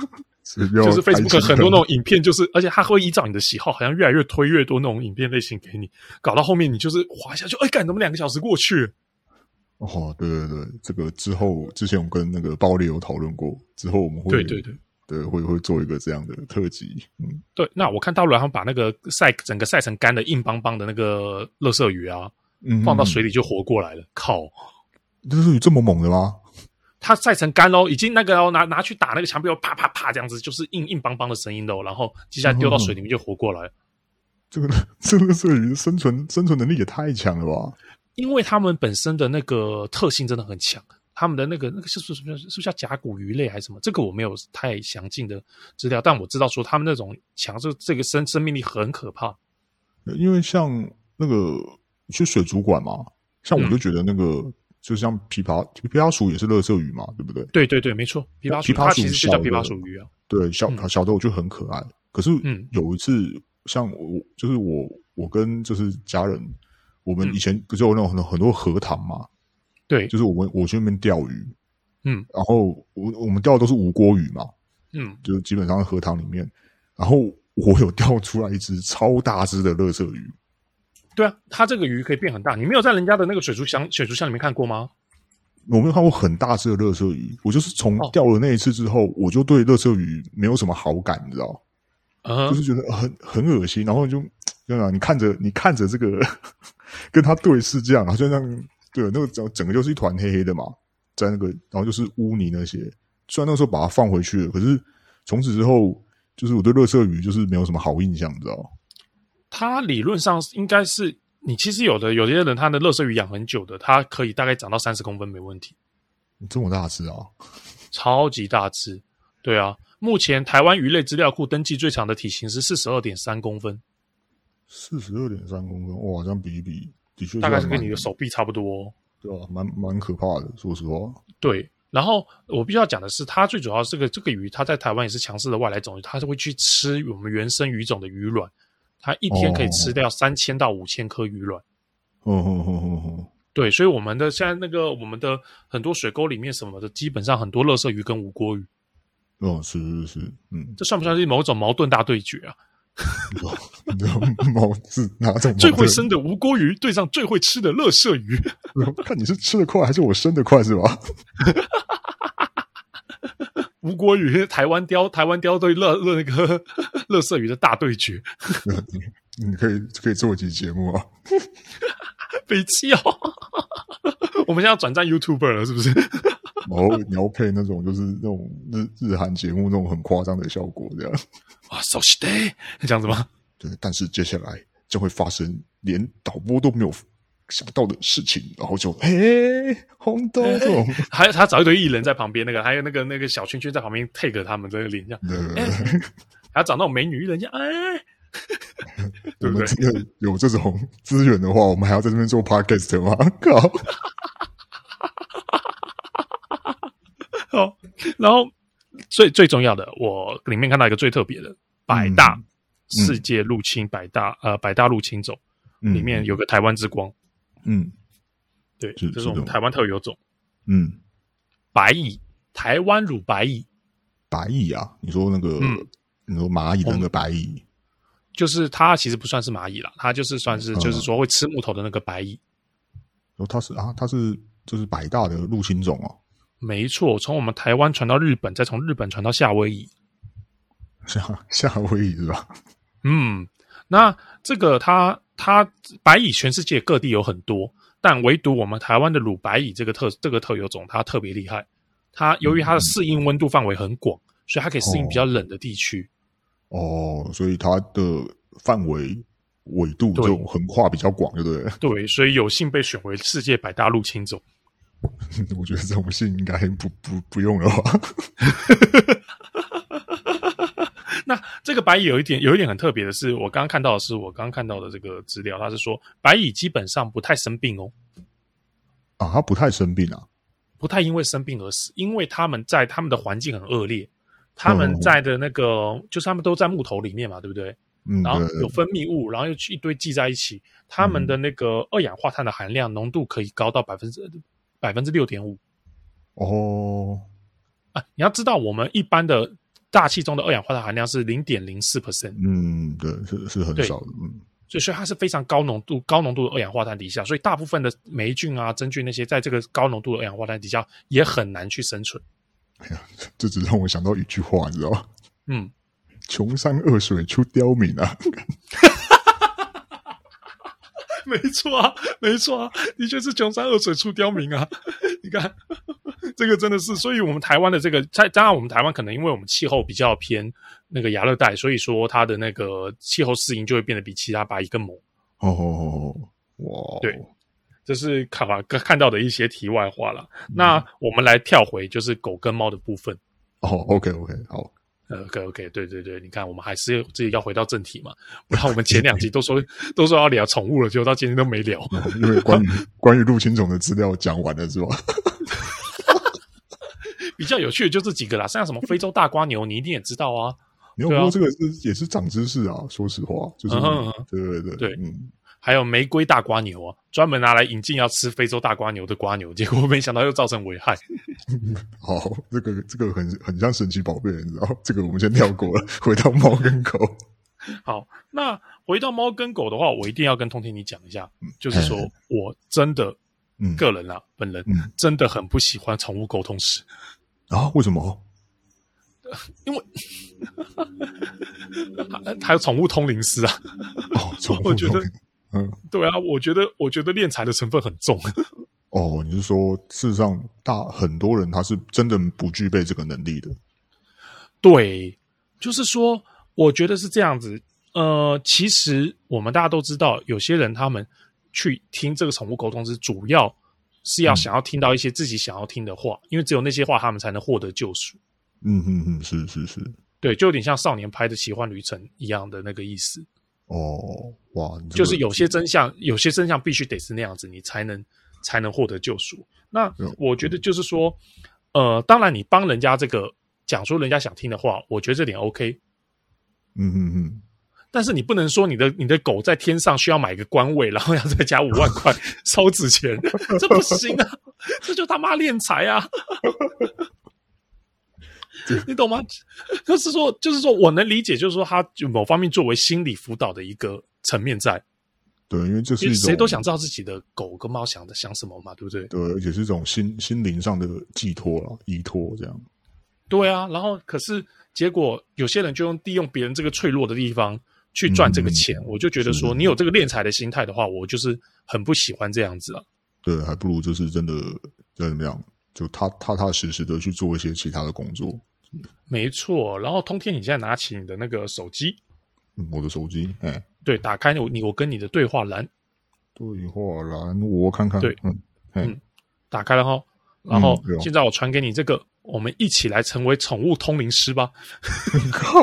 就是 Facebook 很多那种影片，就是而且它会依照你的喜好，好像越来越推越多那种影片类型给你，搞到后面你就是滑下去，哎，干怎么两个小时过去了？ 哦，对对对，这个之后之前我跟那个暴力有讨论过，之后我们会对对对对会会做一个这样的特辑。嗯， 对，那我看大陆人他们把那个晒整个晒成干的硬邦邦的那个垃圾鱼啊，嗯、放到水里就活过来了，靠！ 垃圾鱼这么猛的吗？ 它晒成干咯，已经那个哦拿拿去打那个墙壁，啪啪啪这样子，就是硬硬邦邦的声音咯，然后接下来丢到水里面就活过来了。 这个这个垃圾鱼生存生存能力也太强了吧！ 因为他们本身的那个特性真的很强，他们的那个那个是不是是不是叫甲骨鱼类还是什么？这个我没有太详尽的资料，但我知道说他们那种强，这这个生生命力很可怕。 因为像那个去水族馆嘛，像我就觉得那个。嗯就像琵琶琵琶鼠也是垃圾鱼嘛，对不对？ 对对对，没错，琵琶鼠它其实就叫琵琶鼠鱼啊。 对，小、嗯、小的我就很可爱。可是有一次，嗯、像我就是我我跟就是家人，我们以前不是有那种很很多河塘嘛？ 对， 就是我们我去那边钓鱼， 嗯， 然后我我们钓的都是无锅鱼嘛， 嗯， 就基本上河塘里面，然后我有钓出来一只超大只的垃圾鱼。 对啊，它这个鱼可以变很大。你没有在人家的那个水族箱、水族箱里面看过吗？ 我没有看过很大只的垃圾鱼。我就是从钓了那一次之后，哦、我就对垃圾鱼没有什么好感，你知道？Uh-huh. 就是觉得很很恶心，然后就对啊，你看着你看着这个跟他对视这样，然后就像对那个整整个就是一团黑黑的嘛，在那个然后就是污泥那些。虽然那个时候把它放回去了，可是从此之后，就是我对垃圾鱼就是没有什么好印象，你知道？ 它理论上应该是你其实有的有些人他的垃圾鱼养很久的，它可以大概长到三十公分没问题。 这么大只啊？ 超级大只。对啊，目前台湾鱼类资料库登记最长的体型是 四十二点三公分。 四十二点三公分，哇，这样比一比的确大概是跟你的手臂差不多、哦、 对啊，蛮蛮可怕的，说实话。 对，然后我必须要讲的是，它最主要这个这个鱼它在台湾也是强势的外来种，它是会去吃我们原生鱼种的鱼卵，它一天可以吃掉三千到五千颗鱼卵。 哦哦哦哦哦，对， 所以我们的现在那个我们的很多水沟里面什么的，基本上很多垃圾鱼跟无锅鱼。 哦，是是是，嗯， 这算不算是某种矛盾大对决啊？ 矛是哪种？ 最会生的无锅鱼对上最会吃的垃圾鱼， 看你是吃得快还是我生得快是吧？ 无锅鱼，台湾鲷，台湾鲷对垃垃那个垃圾鱼的大对决。 你, 你可以可以做一集节目啊， 北七哦，我们现在要转战 YouTuber 了，是不是？ 然后你要配那种就是那种日日韩节目那种很夸张的效果，这样啊，so stay 这样子吗？ 对，但是接下来将会发生连导播都没有想到的事情，然后就嘿红豆这种， 还有他找一堆艺人在旁边，那个还有那个那个小圈圈在旁边 take 他们这个脸这样，对，还要找那种美女艺人这样，哎。 我们真的有这种资源的话，我们还要在这边做 podcast 吗？靠！ 好，然后最最重要的，我里面看到一个最特别的百大、嗯、世界入侵百大、嗯、呃百大入侵种、嗯，里面有个台湾之光，嗯，对，是这是我们台湾特有种，嗯，白蚁，台湾乳白蚁， 白蚁啊？你说那个，嗯、你说蚂蚁的那个白蚁？ 就是它其实不算是蚂蚁啦，它就是算是、嗯、就是说会吃木头的那个白蚁。 哦，它是啊，它是就是百大的入侵种哦。 没错，从我们台湾传到日本，再从日本传到夏威夷。 夏夏威夷是吧？ 嗯，那这个它它白蚁全世界各地有很多，但唯独我们台湾的乳白蚁这个特这个特有种，它特别厉害。它由于它的适应温度范围很广，嗯、所以它可以适应比较冷的地区。 哦，所以它的范围纬度就横跨比较广，对不对？ 对，所以有幸被选为世界百大入侵种。 我觉得这种幸应该不不不用了吧？ 那这个白蚁有一点有一点很特别的是，我刚刚看到的是我刚刚看到的这个资料，它是说白蚁基本上不太生病哦。 啊，它不太生病啊？ 不太因为生病而死，因为他们在他们的环境很恶劣。他们在的那个、嗯、就是他们都在木头里面嘛，对不对？嗯，然后有分泌物，然后又一堆积在一起，他们的那个二氧化碳的含量浓度可以高到百分之百分之六点五。 哦， 啊，你要知道，我们一般的大气中的二氧化碳含量是 零点零四 percent。 嗯，对，是是很少的，嗯。 所以所以它是非常高浓度高浓度的二氧化碳底下，所以大部分的霉菌啊、真菌那些在这个高浓度的二氧化碳底下也很难去生存。 哎呀，这只让我想到一句话，你知道吗？ 嗯， 穷山恶水出刁民啊。 没错啊，没错啊，的确是穷山恶水出刁民啊。你看，这个真的是，所以我们台湾的这个，当然我们台湾可能因为我们气候比较偏那个亚热带，所以说它的那个气候适应就会变得比其他巴夷更猛。 哦，哇， 对，这是看看到的一些题外话啦。嗯、那我们来跳回就是狗跟猫的部分。 哦 ，OK OK， 好。 呃 ，OK OK， 对对对，你看我们还是自己要回到正题嘛，不然我们前两集都说都说要聊宠物了，结果到今天都没聊。 哦、因为关于关于入侵种的资料讲完了是吧？ 比较有趣的就这几个啦，像什么非洲大瓜牛，你一定也知道啊。 没有，不过这个是也是长知识啊，说实话，就是、嗯、对对对对， 嗯。 还有玫瑰大瓜牛啊，专门拿来引进要吃非洲大瓜牛的瓜牛，结果没想到又造成危害。 好，这个这个很很像神奇宝贝，你知道？这个我们先跳过了，回到猫跟狗。 好，那回到猫跟狗的话，我一定要跟通天你讲一下，嗯、就是说我真的、嗯、个人啊，本人、嗯、真的很不喜欢宠物沟通师啊？为什么？ 因为还有宠物通灵师啊。 哦，宠物通灵， 我觉得。 嗯， 对啊，我觉得我觉得敛财的成分很重。 哦，你是说事实上大很多人他是真的不具备这个能力的？ 对，就是说我觉得是这样子。呃，其实我们大家都知道，有些人他们去听这个宠物沟通师，主要是要想要听到一些自己想要听的话，嗯、因为只有那些话他们才能获得救赎。 嗯嗯嗯，是是是， 对，就有点像少年拍的奇幻旅程一样的那个意思。 哦，哇！ 就是有些真相，有些真相必须得是那样子，你才能才能获得救赎。那我觉得就是说，呃，当然你帮人家这个讲说人家想听的话，我觉得这点 OK。 嗯嗯嗯。 但是你不能说你的你的狗在天上需要买个官位，然后要再加五万块烧纸钱，这不行啊！这就他妈敛财啊！你懂吗？就是说，就是说我能理解，就是说，他就某方面作为心理辅导的一个层面在。 对，因为这是一种谁都想知道自己的狗跟猫想的想什么嘛，对不对？ 对，而且是一种心心灵上的寄托啦，依托这样。 对啊，然后可是结果有些人就用利用别人这个脆弱的地方去赚这个钱，嗯、我就觉得说，你有这个敛财的心态的话，我就是很不喜欢这样子啊。 对，还不如就是真的怎么样，就踏踏踏实实的去做一些其他的工作。 没错，然后通天，你现在拿起你的那个手机， 嗯、我的手机，哎， 对，打开我你我跟你的对话栏， 对话栏，我看看， 对， 嗯嗯，打开了哈，然后现在我传给你这个，我们一起来成为宠物通灵师吧。 靠！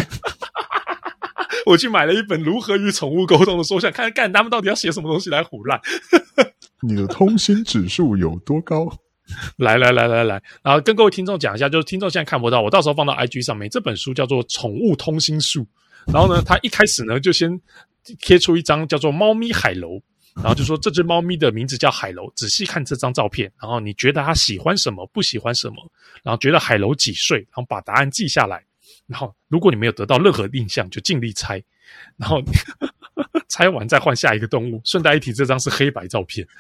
我去买了一本如何与宠物沟通的书，我想看看干他们到底要写什么东西来唬烂。 你的通心指数有多高？ 来来来来来，然后跟各位听众讲一下，就是听众现在看不到，我到时候放到 I G 上面。这本书叫做《宠物通心术》，然后呢，他一开始呢就先贴出一张叫做“猫咪海楼”，然后就说这只猫咪的名字叫海楼。仔细看这张照片，然后你觉得它喜欢什么，不喜欢什么，然后觉得海楼几岁，然后把答案记下来。然后如果你没有得到任何印象，就尽力猜，然后猜完再换下一个动物。顺带一提，这张是黑白照片。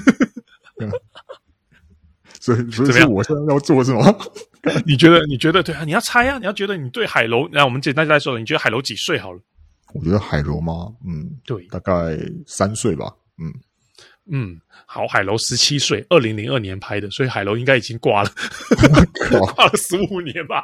所以，所以是我现在要做什么？ 你觉得？你觉得对啊？你要猜啊！你要觉得你对海楼，那我们简单来说，你觉得海楼几岁好了？ 我觉得海楼嘛，嗯， 对， 大概三岁吧，嗯嗯，好，海楼十七岁，二零零二年拍的，所以海楼应该已经挂了，挂了十五年吧。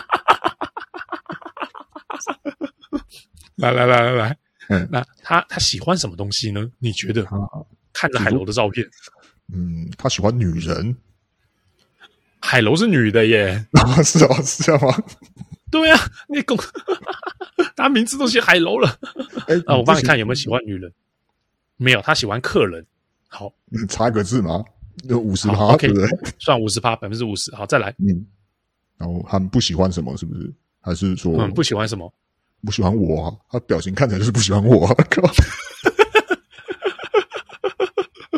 来来来来来，嗯，那他他喜欢什么东西呢？你觉得？啊、看着海楼的照片， 嗯，他喜欢女人。 海楼是女的耶， 啊是哦，是这样吗？ 对啊，那公他名字都写海楼了。哎、啊，我帮你看有没有喜欢女人？没有，他喜欢客人。好， 嗯，差一个字吗？有五十趴，对不对？ 算五十趴，百分之五十。好，再来。 嗯，然后他们不喜欢什么？是不是？还是说嗯不喜欢什么？ 不喜欢我、啊？他表情看起来就是不喜欢我、啊。靠！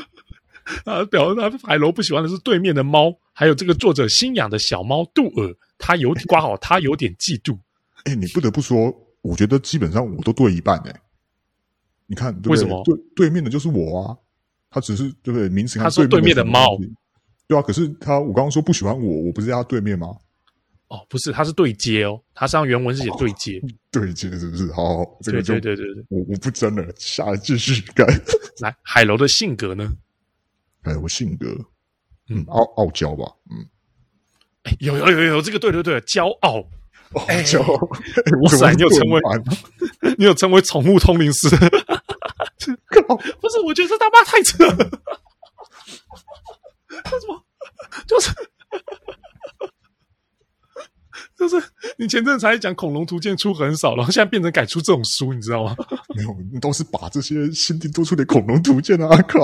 啊，表他海楼不喜欢的是对面的猫，还有这个作者新养的小猫杜尔， 他有挂好，他有点嫉妒。 哎、欸，你不得不说，我觉得基本上我都对一半哎、欸。你看，对不对？ 为什么？ 对，对面的就是我啊，他只是对不对？名词他说对面的猫， 对啊，可是他我刚刚说不喜欢我，我不是在他对面吗？ 哦，不是，他是对接哦，他上原文是写对接， 哦、对接是不是？好，好，这个就对对对对对， 我我不争了，下来继续干。 来，海楼的性格呢？ 海楼性格，嗯，傲傲娇吧，嗯， 欸、有有有有，这个对对对，骄傲， 哎、哦，骄傲，欸、 哇塞，你有成为，你有成为宠物通灵师？不是，我觉得这他妈太扯了，为什么？就是。就是你前阵子才讲恐龙图鉴出很少，然后现在变成改出这种书，你知道吗？ 没有，你都是把这些新定多出的恐龙图鉴啊！靠，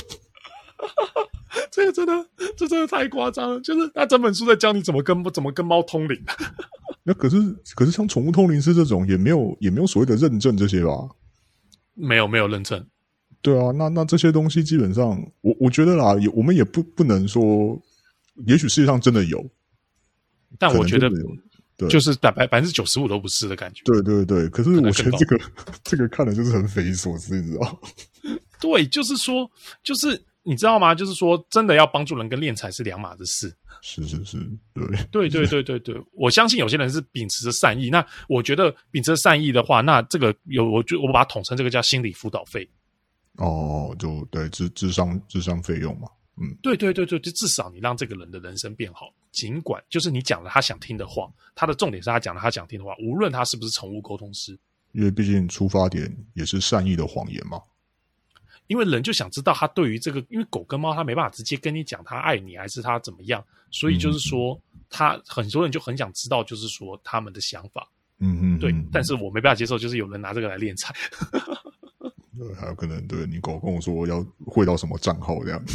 这个真的，这真的太夸张了。就是他整本书在教你怎么跟怎么跟猫通灵。 那可是可是像宠物通灵师这种，也没有也没有所谓的认证这些吧？ 没有没有认证。 对啊，那那这些东西基本上，我我觉得啦，也我们也不不能说，也许世界上真的有。 但我觉得，就是百百百分之九十五都不是的感觉。 对对对，可是我觉得这个这个看的就是很匪夷所思，你知道？ 对，就是说，就是你知道吗？就是说，真的要帮助人跟敛财是两码子事。 是是是，对对对对对对，我相信有些人是秉持着善意。那我觉得秉持着善意的话，那这个有我就我把它统称这个叫心理辅导费。 哦，就对智智商智商费用嘛。嗯， 对对对对，就至少你让这个人的人生变好，尽管就是你讲了他想听的话，他的重点是他讲了他想听的话，无论他是不是宠物沟通师， 因为毕竟出发点也是善意的谎言嘛。 因为人就想知道他对于这个，因为狗跟猫他没办法直接跟你讲他爱你还是他怎么样，所以就是说、嗯、他很多人就很想知道，就是说他们的想法。 嗯嗯， 对，但是我没办法接受，就是有人拿这个来敛财。 对，还有可能对你狗跟我说要汇到什么账号这样。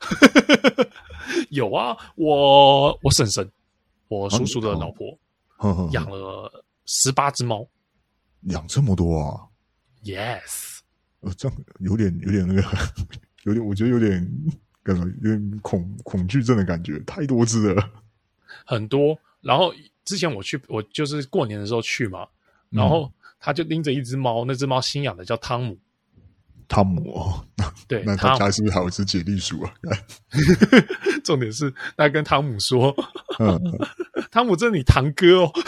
有啊，我我婶婶，我叔叔的老婆， 啊、 养了十八只猫， 养这么多啊 ？Yes， 呃，这样有点有点那个，有点我觉得有点干嘛，有点恐恐惧症的感觉，太多只了， 很多。然后之前我去，我就是过年的时候去嘛，然后他就拎着一只猫，那只猫新养的叫汤姆。 汤姆哦， 对， 那他家是不是还有一只解力鼠啊？ 重点是他跟汤姆说：“ 嗯， 汤姆，这是你堂哥哦。”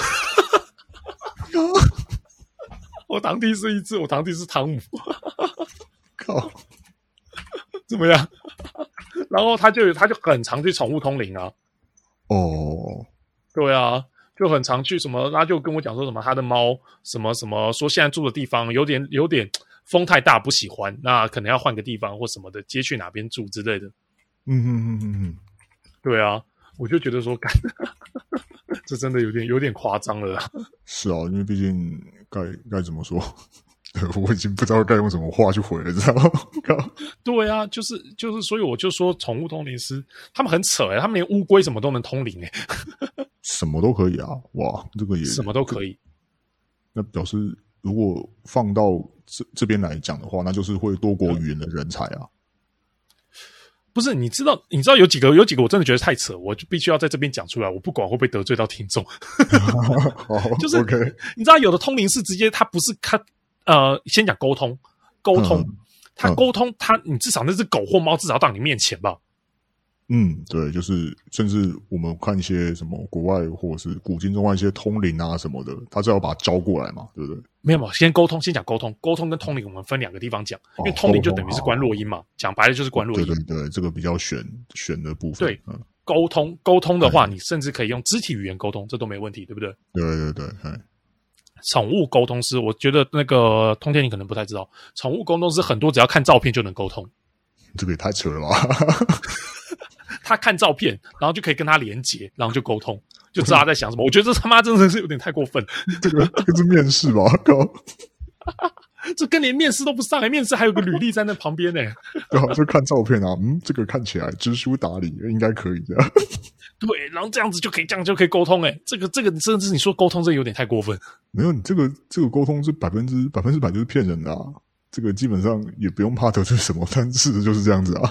我堂弟是一只，我堂弟是汤姆。 靠， 怎么样？然后他就他就很常去宠物通灵啊。 哦， 对啊，就很常去什么，他就跟我讲说什么他的猫什么什么，说现在住的地方有点有点。风太大不喜欢，那可能要换个地方或什么的，接去哪边住之类的。 嗯嗯嗯嗯嗯， 对啊，我就觉得说，干，这真的有点有点夸张了啦。 是啊，因为毕竟该该怎么说，我已经不知道该用什么话去回了，知道吗？ 对啊，就是就是，所以我就说，宠物通灵师他们很扯哎、欸，他们连乌龟什么都能通灵哎、欸， 什么都可以啊！哇，这个也什么都可以。 那表示如果放到这这边来讲的话，那就是会多国语言的人才啊。 不是，你知道，你知道有几个有几个我真的觉得太扯，我就必须要在这边讲出来，我不管会不会得罪到听众。就是、 okay. 你知道有的通灵是直接他不是他呃，先讲沟通，沟通，嗯、他沟通、嗯、他你至少那只狗或猫至少到你面前吧。 嗯，对，就是甚至我们看一些什么国外或者是古今中外一些通灵啊什么的，他是要把它教过来嘛，对不对？ 没有没有，先沟通，先讲沟通，沟通跟通灵我们分两个地方讲，因为通灵就等于是观落阴嘛，讲白了就是观落阴。 对对对，这个比较玄玄的部分。 对，嗯、沟通沟通的话，你甚至可以用肢体语言沟通，这都没问题，对不对？ 对对对，哎。 宠物沟通师，我觉得那个通天你可能不太知道，宠物沟通师很多只要看照片就能沟通， 这个也太扯了吧！ 他看照片，然后就可以跟他连结，然后就沟通，就知道他在想什么。我觉得这他妈真的是有点太过分。 这个这个是面试吧？靠！ 这跟连面试都不上、欸，面试还有个履历在那旁边呢、欸。 对啊，就看照片啊，嗯，这个看起来知书达理，应该可以这样。 对，然后这样子就可以，这样就可以沟通、欸。哎，这个这个，甚至你说沟通，这有点太过分。 没有，你这个这个沟通是百分之百分之百就是骗人的啊！这个基本上也不用怕得罪什么，但事实就是这样子啊。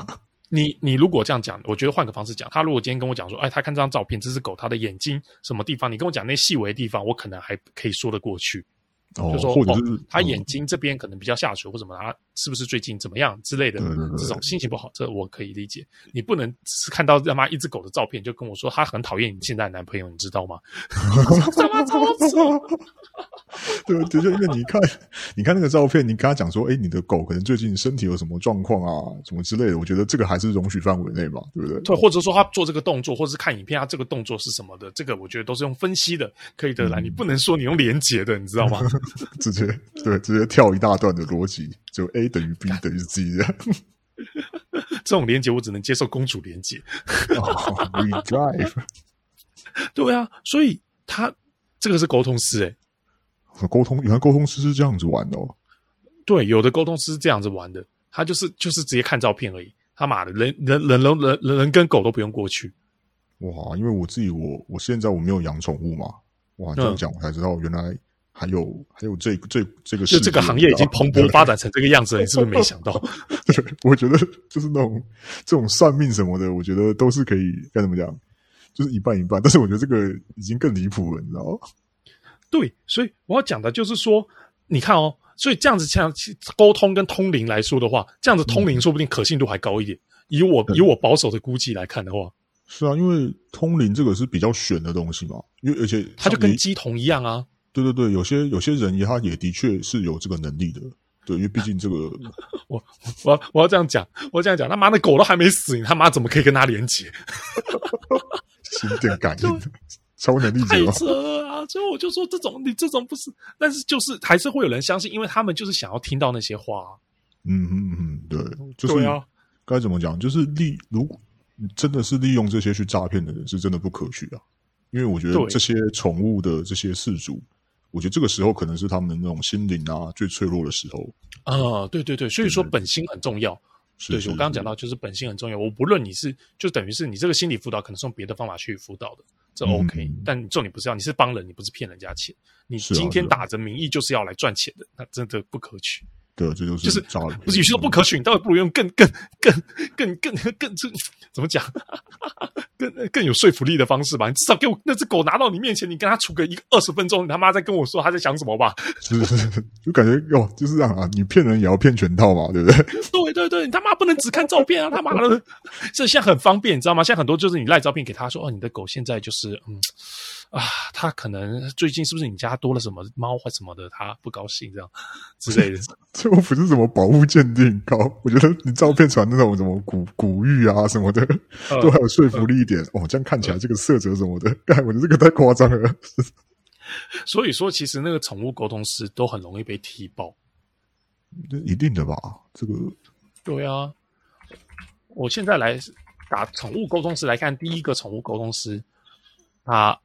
你你如果这样讲，我觉得换个方式讲，他如果今天跟我讲说，哎，他看这张照片，这只狗它的眼睛什么地方，你跟我讲那细微的地方，我可能还可以说得过去。 哦， 就说或者是、 哦、他眼睛这边可能比较下垂或什么，他是不是最近怎么样之类的， 对对对， 这种心情不好，这我可以理解。你不能只是看到他妈一只狗的照片就跟我说他很讨厌你现在的男朋友，你知道吗？他妈超丑！ 对，的确，因为你看，你看那个照片，你跟他讲说，哎，你的狗可能最近身体有什么状况啊，什么之类的，我觉得这个还是容许范围内嘛，对不对？ 对，或者说他做这个动作，或者是看影片，他这个动作是什么的，这个我觉得都是用分析的，可以得来。嗯、你不能说你用连结的，你知道吗？ 直接对，直接跳一大段的逻辑，就 A 等于 B 等于 C 这样。 这种连结我只能接受公主连结。 哦 ，redrive。 对啊，所以他这个是沟通师哎、 欸，沟通原来沟通师是这样子玩的哦。 对，有的沟通师是这样子玩的，他就是就是直接看照片而已。他妈的，人人人人人人人跟狗都不用过去。 哇，因为我自己我我现在我没有养宠物嘛，哇，这样讲我才知道原来还有还有这这这个世界， 就这个行业已经蓬勃发展成这个样子了，你是不是没想到？ 对，我觉得就是那种这种算命什么的，我觉得都是可以该怎么讲，就是一半一半。但是我觉得这个已经更离谱了，你知道吗？ 对，所以我要讲的就是说，你看哦，所以这样子像沟通跟通灵来说的话，这样子通灵说不定可信度还高一点。嗯、以我以我保守的估计来看的话， 是啊，因为通灵这个是比较玄的东西嘛，因为而且它就跟鸡同一样啊。 对对对，有些有些人也他也的确是有这个能力的，对，因为毕竟这个我我要我要这样讲，我要这样讲，他妈的狗都还没死，你他妈怎么可以跟他连结？ 心电感应。超能力者太扯了啊！所以我就说这种你这种不是，但是就是还是会有人相信，因为他们就是想要听到那些话、啊。 嗯嗯嗯，对，就是该怎么讲，就是利如果真的是利用这些去诈骗的人，是真的不可取啊。因为我觉得这些宠物的这些饲主，我觉得这个时候可能是他们的那种心灵啊最脆弱的时候啊、呃。对对对，所以说本心很重要。对，我刚刚讲到，就是本性很重要。我不论你是，就等于是你这个心理辅导可能是用别的方法去辅导的，这 OK、嗯。但你重点不是要，你是帮人，你不是骗人家钱。你今天打着名义就是要来赚钱的，那真的不可取。 对，这就是就是不是有些说不可取，你倒不如用更更更更更更更怎么讲，更更有说服力的方式吧。你至少给我那只狗拿到你面前，你跟他处个一个二十分钟，你他妈再跟我说他在想什么吧。 是是是，就感觉哟，就是这样啊，你骗人也要骗全套嘛，对不对？ 对对对，你他妈不能只看照片啊，他妈的，这现在很方便，你知道吗？现在很多就是你赖照片给他说，哦，你的狗现在就是嗯。啊，他可能最近是不是你家多了什么猫或什么的，他不高兴这样之类的。 这我不是什么保护鉴定高，我觉得你照片传那种什么古古玉啊什么的，呃、都还有说服力一点、呃、哦。这样看起来这个色泽什么的，干、呃、我觉得这个太夸张了。 所以说，其实那个宠物沟通师都很容易被踢爆， 一定的吧？这个对啊。我现在来打宠物沟通师来看，第一个宠物沟通师，他。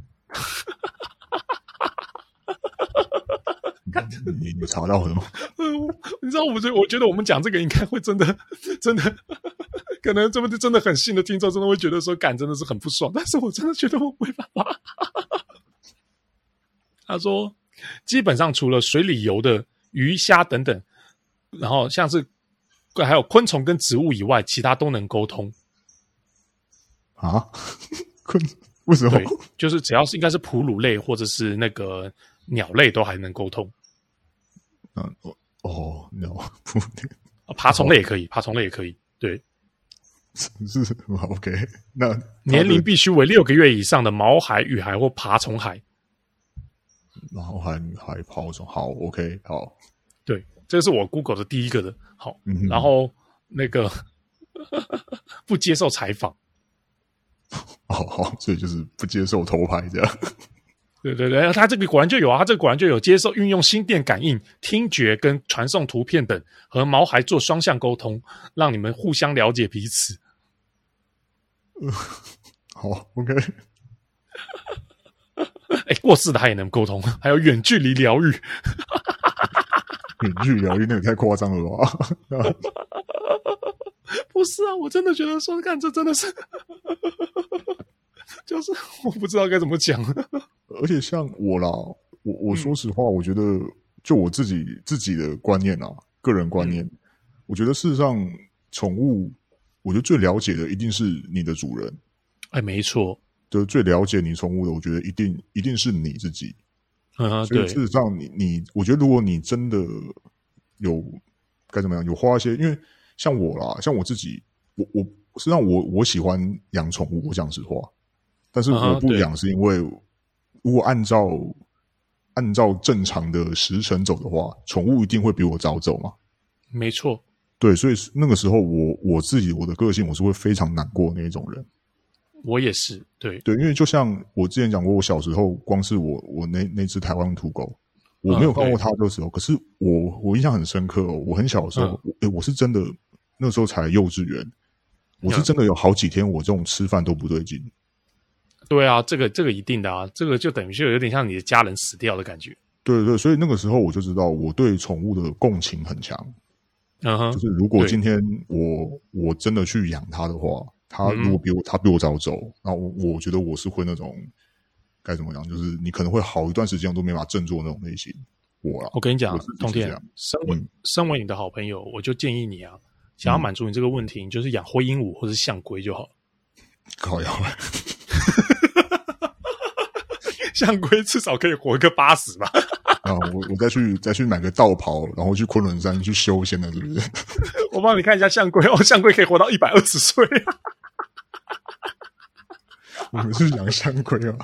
你你查到了吗？ 你知道，我觉得我觉得我们讲这个应该会真的真的，可能这么真的很信的听众真的会觉得说，干真的是很不爽。但是我真的觉得我没办法。他说，基本上除了水里游的鱼虾等等，然后像是还有昆虫跟植物以外，其他都能沟通。 啊？昆？为什么？ 对，就是只要是应该是哺乳类或者是那个鸟类都还能沟通。 嗯，哦，鸟哺乳爬虫类也可以，爬虫类也可以。对， 是 OK。那年龄必须为六个月以上的毛海、羽海或爬虫海。 毛海、羽海、爬虫，好 OK， 好。 对，这个是我 Google 的第一个的。好， 嗯、 然后那个不接受采访。 哦，好，所以就是不接受偷拍这样。 对对对，他这个果然就有啊，他这个果然就有接受运用心电感应、听觉跟传送图片等和毛孩做双向沟通，让你们互相了解彼此。 呃、好 ，OK。 哎，过世的他也能沟通，还有远距离疗愈。 远距离疗愈那也太夸张了吧？ 不是啊，我真的觉得说，看这真的是，就是我不知道该怎么讲。 而且像我啦，我我说实话，我觉得就我自己自己的观念啊，个人观念，嗯、我觉得事实上宠物我觉得最了解的一定是你的主人。 哎，没错， 就最了解你宠物的，我觉得一定一定是你自己。 嗯， 所以对， 事实上你，你我觉得如果你真的有该怎么样，有花一些，因为像我啦，像我自己，我我实际上我我喜欢养宠物，我讲实话，但是我不养是因为，如果按照按照正常的时辰走的话，宠物一定会比我早走嘛。 没错， 对，所以那个时候我我自己我的个性我是会非常难过的那一种人。 我也是，对对，因为就像我之前讲过，我小时候光是我我那那只台湾土狗，我没有看过它的时候，嗯、可是我我印象很深刻哦。我很小的时候，嗯、我, 我是真的那时候才幼稚园，我是真的有好几天我这种吃饭都不对劲。 对啊，这个这个一定的啊，这个就等于就有点像你的家人死掉的感觉。 对对，所以那个时候我就知道我对宠物的共情很强。 嗯哼， 就是如果今天我我真的去养它的话。他如果比我，他比我早走，然后我觉得我是会那种该怎么讲，就是你可能会好一段时间都没法振作那种类型。我啦， 我跟你讲，通天，身为、 嗯、 身为你的好朋友，我就建议你啊，想要满足你这个问题，嗯、你就是养灰鹦鹉或是象龟就好了。 靠腰， 象龟至少可以活个八十吧。 然后我我再去再去买个道袍，然后去昆仑山去修仙的，是不是？ 我帮你看一下象龟哦，象龟可以活到一百二十岁啊。 我们是养象龟啊，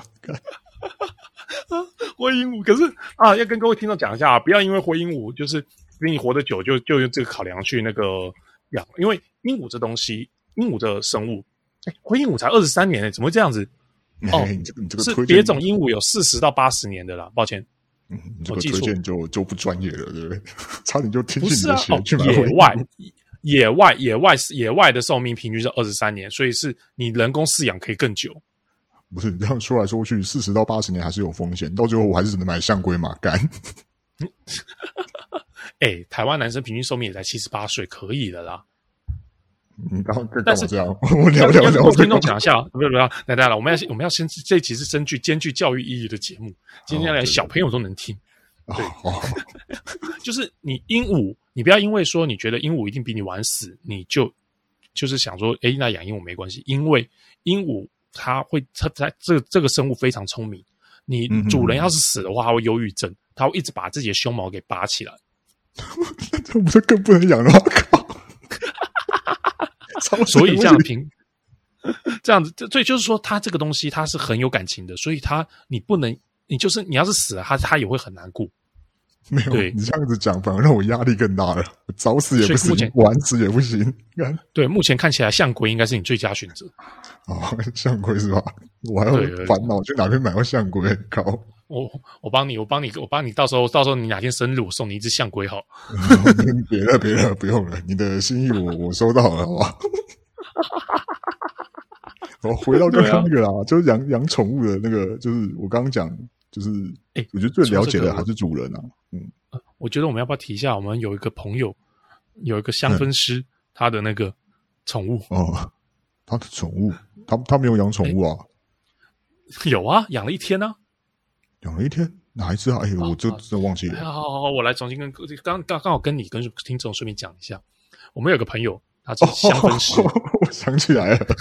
灰鹦鹉可是啊，要跟各位听众讲一下啊，不要因为灰鹦鹉就是比你活得久，就就用这个考量去那个养，因为鹦鹉这东西，鹦鹉的生物，哎，灰鹦鹉才二十三年诶，怎么会这样子？哦， 你这个你这个是别种鹦鹉有四十到八十年的啦，抱歉。 嗯，你这个推荐就就不专业了，对不对？差点就听进你的血、 啊哦、 去买野外。野外、野外、野外的寿命平均是二十三年，所以是你人工饲养可以更久。 不是你这样说来说去，四十到八十年还是有风险，到最后我还是只能买象龟嘛，干。 哎、欸，台湾男生平均寿命也才七十八岁，可以的啦。 你刚刚干嘛这样？我聊聊聊聊。 跟听众讲一下，不要不要，来来来，我们要我们要先这一集是兼具兼具教育意义的节目，今天来小朋友都能听。 哦、 对， 哦、 就是你鹦鹉，你不要因为说你觉得鹦鹉一定比你晚死，你就就是想说，哎，那养鹦鹉没关系，因为鹦鹉它会它它这个这个生物非常聪明，你主人要是死的话，它会忧郁症，它会一直把自己的胸毛给拔起来。 这不是更不能养了吗？靠！ 所以这样评，这样子，所以就是说，它这个东西它是很有感情的，所以它你不能，你就是你要是死了，它它也会很难过。 没有，你这样子讲反而让我压力更大了。早死也不行，晚死也不行。 对，目前看起来象龟应该是你最佳选择。 哦，象龟是吧？我还要烦恼去哪边买到象龟？靠！ 我我帮你，我帮你，我帮你，到时候到时候你哪天生日，我送你一只象龟好。 别了，别了，不用了，你的心意我我收到了，好吧？我回到刚刚那个啦，啊、就是养养宠物的那个，就是我刚刚讲。就是，哎、欸，我觉得最了解的还是主人啊。嗯、 呃，我觉得我们要不要提一下，我们有一个朋友，有一个香氛师，嗯、他的那个宠物哦，他的宠物，他他没有养宠物啊、 欸？有啊，养了一天啊， 养了一天，哪一只啊？哎、欸，我这真的忘记了。 好好好，我来重新跟刚刚刚好跟你跟听众顺便讲一下，我们有个朋友，他是香氛师， 哦、我想起来了，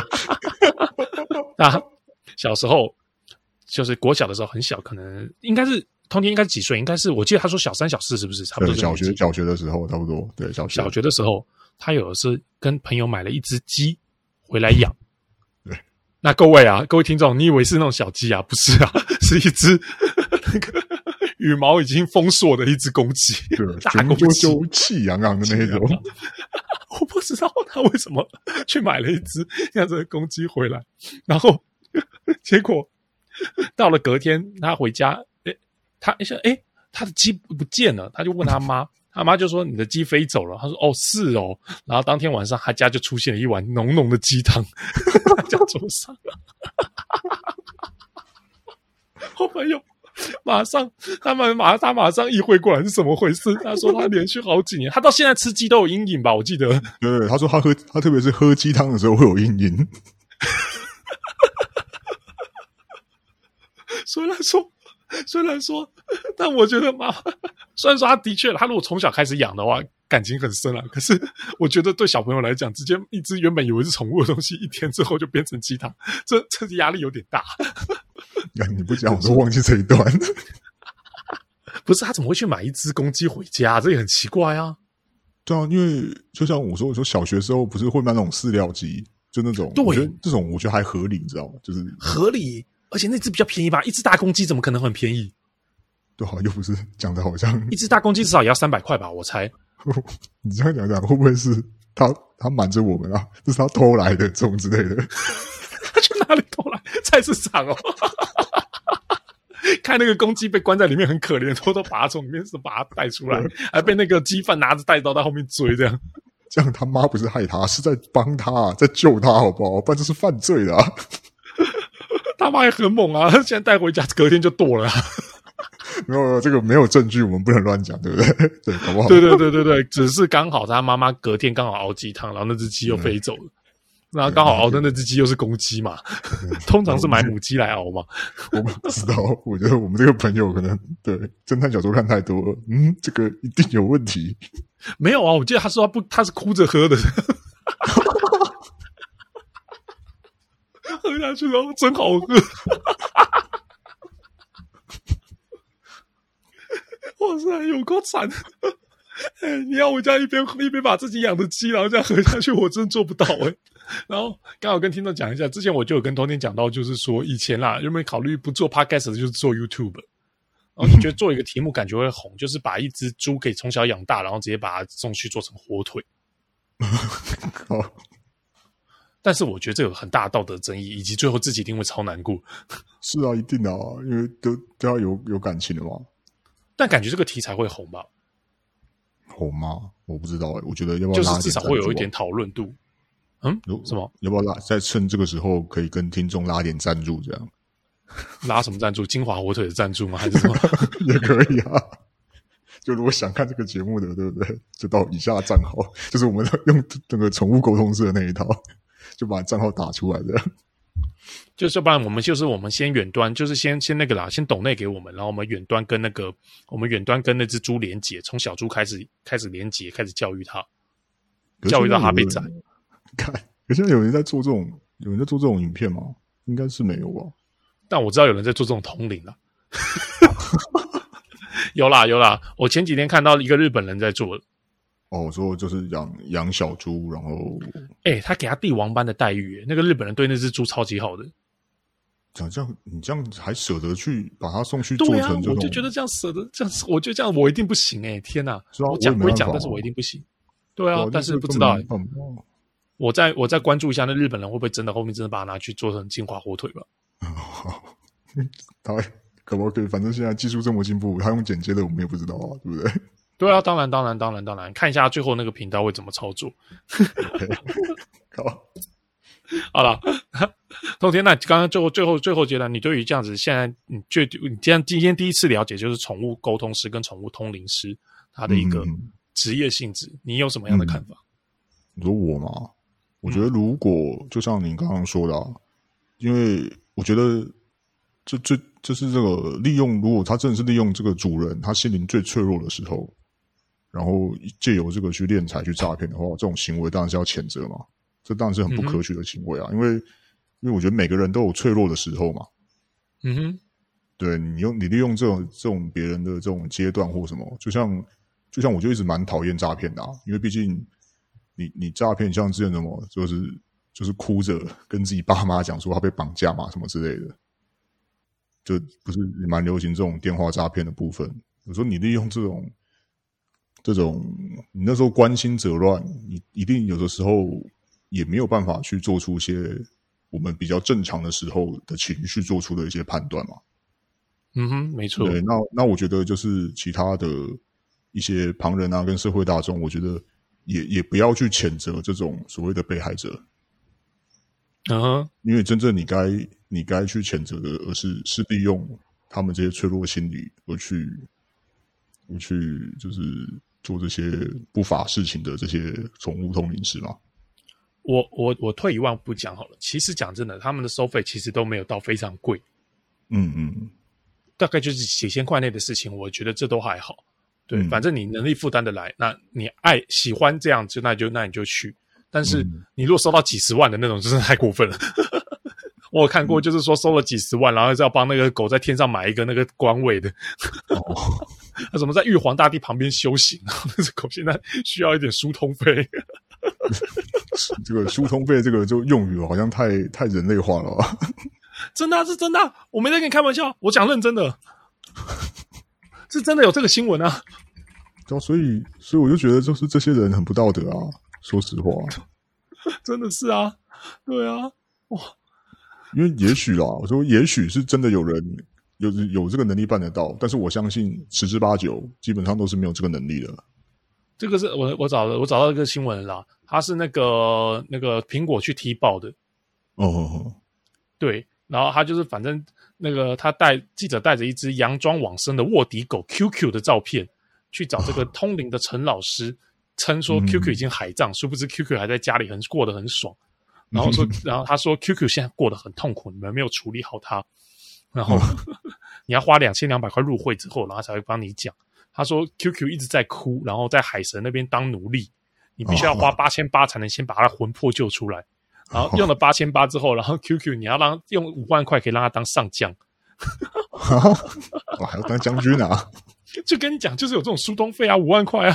他小时候。就是国小的时候很小，可能应该是通天应该是几岁？应该是我记得他说小三小四是不是？差不多小学小学的时候差不多，对小学小学的时候，他有的是跟朋友买了一只鸡回来养。 对， 那各位啊，各位听众，你以为是那种小鸡啊？不是啊，是一只那个羽毛已经丰硕的一只公鸡， 对， 大公鸡， 气昂昂的那种。 我不知道他为什么去买了一只这样子的公鸡回来，然后结果。到了隔天，他回家，诶，他一下，诶，他的鸡不见了，他就问他妈，他妈就说你的鸡飞走了。他说哦是哦，然后当天晚上他家就出现了一碗浓浓的鸡汤，他家桌上。我朋友马上，他们马他马上意会过来是怎么回事。他说他连续好几年，他到现在吃鸡都有阴影吧？我记得。 对对，他说他喝他特别是喝鸡汤的时候会有阴影。 虽然说，虽然说，但我觉得嘛，虽然说他的确，他如果从小开始养的话， 感情很深啊。可是我觉得对小朋友来讲，直接一只原本以为是宠物的东西，一天之后就变成鸡汤，这这压力有点大。 你不讲我都忘记这一段。 不是他怎么会去买一只公鸡回家？这也很奇怪啊。 对啊，因为就像我说，我说小学时候不是会买那种饲料机，就那种， 对， 我觉得这种我觉得还合理，你知道吗？就是合理，而且那只比较便宜吧？一只大公鸡怎么可能很便宜？ 对啊，又不是讲的好像一只大公鸡至少也要三百块吧？我猜。 你这样讲讲，会不会是他他瞒着我们啊？这是他偷来的这种之类的？ 他去哪里偷来？菜市场哦。看那个公鸡被关在里面很可怜，偷偷把它从里面是把它带出来，还被那个鸡贩拿着带刀在后面追，这样。 这样他妈不是害他，是在帮他，在救他，好不好？不然这是犯罪的啊！ 他妈也很猛啊，现在带回家隔天就剁了啊。 没有，这个没有证据，我们不能乱讲，对不对？对，好不好？ 对对对对对，只是刚好他妈妈隔天刚好熬鸡汤，然后那只鸡又飞走了。然后刚好熬的那只鸡又是公鸡嘛，通常是买母鸡来熬嘛。 我不知道，我觉得我们这个朋友可能对侦探小说看太多了，嗯，这个一定有问题。 没有啊，我记得他说他不，他是哭着喝的，喝下去然后真好喝。哇塞，有够惨！哎，你要我家一边一边把自己养的鸡，然后这样喝下去，我真做不到哎。然后刚好跟听众讲一下，之前我就有跟通天讲到，就是说以前啦，有没有考虑不做 podcast 的，就是做 YouTube。然后你觉得做一个题目感觉会红，就是把一只猪可以从小养大，然后直接把它送去做成火腿。 好， 但是我觉得这有很大的道德争议，以及最后自己一定会超难过。 是啊，一定的啊，因为都都要有有感情的嘛。 但感觉这个题材会红吧？ 红吗？我不知道哎、欸，我觉得要不要就是拉至少会有一点讨论度。嗯，什么？ 要不要拉？在趁这个时候可以跟听众拉点赞助，这样拉什么赞助？金华火腿的赞助吗？还是什么？ 也可以啊。就如果想看这个节目的，对不对？就到以下账号，就是我们用那个宠物沟通师的那一套，就把账号打出来的。 就是要不然我们就是我们先远端，就是先先那个啦，先抖内给我们，然后我们远端跟那个我们远端跟那只猪连结，从小猪开始开始连结，开始教育它，教育到它被宰。 看，可是有人在做这种，有人在做这种影片吗？应该是没有吧。 但我知道有人在做这种通灵啦。有啦有啦，我前几天看到一个日本人在做的。 哦，我说就是养养小猪，然后， 哎、欸，他给他帝王般的待遇，那个日本人对那只猪超级好的。 这样你这样还舍得去把它送去做成这种？ 对啊，我就觉得这样舍得，这样我觉得这样我一定不行哎、欸！天哪， 啊、 我讲归讲，但是我一定不行。对啊，但是不知道、欸。我再我再关注一下，那日本人会不会真的后面真的把它拿去做成金华火腿吧？ 他可不可以？反正现在技术这么进步，他用剪接的我们也不知道啊，对不对？ 对啊，当然当然当然当然，看一下最后那个频道会怎么操作。 好， 好了，通天，那刚刚最后最后最后阶段，你对于这样子，现在你最你今天今天第一次了解，就是宠物沟通师跟宠物通灵师他的一个职业性质、嗯，你有什么样的看法？ 你说我吗？我觉得如果就像你刚刚说的、啊，因为我觉得这这就是这个利用，如果他真的是利用这个主人他心灵最脆弱的时候，然后借由这个去敛财去诈骗的话，这种行为当然是要谴责嘛。这当然是很不可取的行为啊，嗯、因为因为我觉得每个人都有脆弱的时候嘛。 嗯哼， 对你用你利用这种这种别人的这种阶段或什么，就像就像我就一直蛮讨厌诈骗的啊，因为毕竟你你诈骗像之前什么就是就是哭着跟自己爸妈讲说他被绑架嘛什么之类的，就不是蛮流行这种电话诈骗的部分。有时候你利用这种这种你那时候关心则乱，你一定有的时候也没有办法去做出一些我们比较正常的时候的情绪做出的一些判断嘛。 嗯哼，没错。 对，那那我觉得就是其他的一些旁人啊，跟社会大众，我觉得也也不要去谴责这种所谓的被害者。 嗯哼， 因为真正你该你该去谴责的，而是是利用他们这些脆弱心理而去而去就是做这些不法事情的这些宠物通灵师嘛。 我我我退一万步讲好了，其实讲真的，他们的收费其实都没有到非常贵。 嗯嗯， 大概就是几千块内的事情，我觉得这都还好。 对， 嗯反正你能力负担的来，那你爱喜欢这样就那就那你就去。但是嗯你如果收到几十万的那种，真的太过分了。我有看过，就是说收了几十万，然后是要帮那个狗在天上买一个那个官位的。 哦， 他怎么在玉皇大帝旁边修行？然后那只狗现在需要一点疏通费。 这个疏通费这个就用语好像太太人类化了吧？ 真的、啊、是真的、啊，我没在跟你开玩笑，我讲认真的，是真的有这个新闻啊。 对啊，所以所以我就觉得就是这些人很不道德啊，说实话。 真的是啊，对啊，哇， 因为也许啦，我说也许是真的有人有有这个能力办得到，但是我相信十之八九基本上都是没有这个能力的。 这个是我我找的，我找到一个新闻了啦，他是那个那个苹果去踢爆的， 哦哦哦， 对，然后他就是反正那个他带记者带着一只佯装往生的卧底狗 Q Q 的照片去找这个通灵的陈老师，称说 Q Q 已经海葬，殊不知 Q Q 还在家里很过得很爽，然后说，然后他说 Q Q 现在过得很痛苦，你们没有处理好他，然后你要花两千两百块入会之后，然后他才会帮你讲。他说 Q Q 一直在哭，然后在海神那边当奴隶，你必须要花八千八才能先把他魂魄救出来。然后用了八千八之后，然后 Q Q 你要让用五万块可以让他当上将， 我还要当将军啊！ 就跟你讲，就是有这种疏通费啊，五万块啊。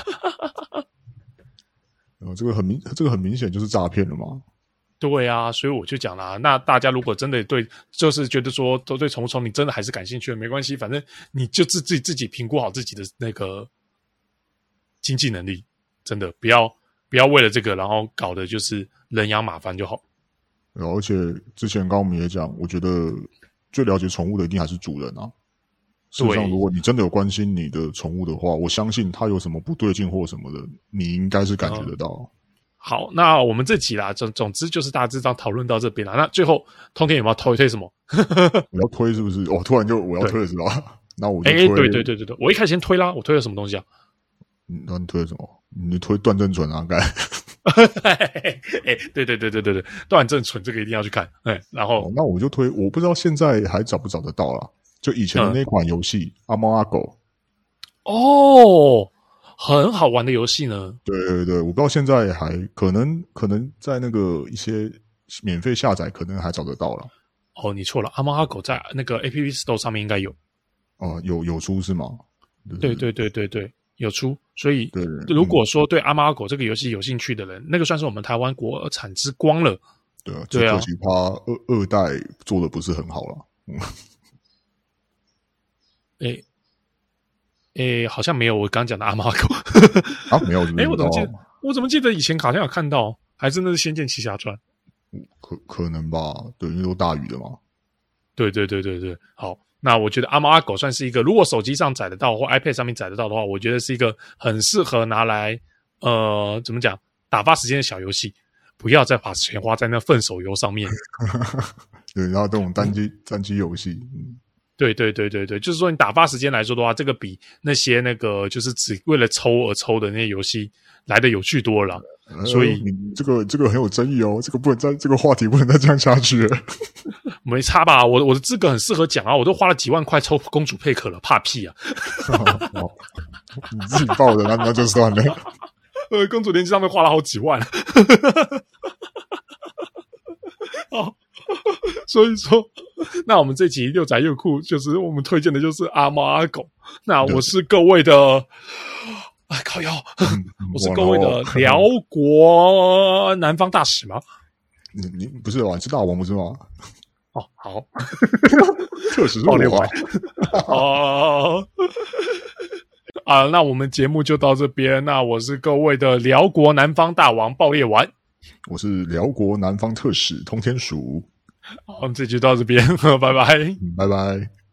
哦，这个很明，这个很明显就是诈骗了嘛。 对啊，所以我就讲啦，那大家如果真的对，就是觉得说都对宠物宠你真的还是感兴趣的，没关系，反正你就自自己自己评估好自己的那个经济能力，真的不要不要为了这个，然后搞的就是人仰马翻就好。 而且之前刚刚我们也讲，我觉得最了解宠物的一定还是主人啊。事实上，如果你真的有关心你的宠物的话，我相信它有什么不对劲或什么的，你应该是感觉得到。嗯， 好，那我们这集啦，总总之就是大致上讨论到这边啦。那最后，通天有没有推推什么？ 我要推是不是？哦，突然就我要推了是吧？那我就推。 哎，对对对对对，我一开始先推啦，我推了什么东西啊？ 嗯，那你推了什么？你推段正淳啊，该。 哎，对对对对对对，段正淳这个一定要去看。哎，然后、 哦、那我就推，我不知道现在还找不找得到啦。就以前的那款游戏《阿猫阿狗》 哦。很好玩的游戏呢。 对对对，我不知道现在还可能可能在那个一些免费下载，可能还找得到了。 哦，你错了，阿猫阿狗在那个 A P P Store 上面应该有。 哦，有有出是吗？ 对对对对对，有出。所以， 对， 如果说对阿猫阿狗这个游戏有兴趣的人，嗯、那个算是我们台湾国产之光了。 对啊， 对啊， 可惜它二二代做的不是很好了。嗯， 诶。诶，好像没有我刚刚讲的阿猫阿狗啊，没有是不是？ 诶，我怎么记得？我怎么记得以前好像有看到？还是那是《仙剑奇侠传》？ 可可能吧，对，因为都大宇的嘛。 对对对对对，好，那我觉得阿猫阿狗算是一个，如果手机上载得到或 iPad 上面载得到的话，我觉得是一个很适合拿来呃怎么讲打发时间的小游戏，不要再把钱花在那份手游上面。 对，然后这种单机、嗯、单机游戏，嗯。 对对对对对，就是说你打发时间来说的话，这个比那些那个就是只为了抽而抽的那些游戏来的有趣多了。 呃、 所以你这个这个很有争议哦，这个不能再这个话题不能再这样下去了。 没差吧？我我的资格很适合讲啊，我都花了几万块抽公主佩可了，怕屁啊！ 哦哦、你自己报的，那那就算了。 呃，公主连击上面花了好几万。哦。所以说，那我们这集六宅又酷，就是我们推荐的就是阿猫阿狗。那我是各位的，哎靠腰，嗯、我是各位的辽国南方大使吗？ 你你不是吧？你是大王不是吗？ 哦，好， 特使是我啊。 哦，啊，那我们节目就到这边。那我是各位的辽国南方大王爆裂丸， 我是辽国南方特使通天鼠。 好，我们这集就到这边，拜拜， 拜拜。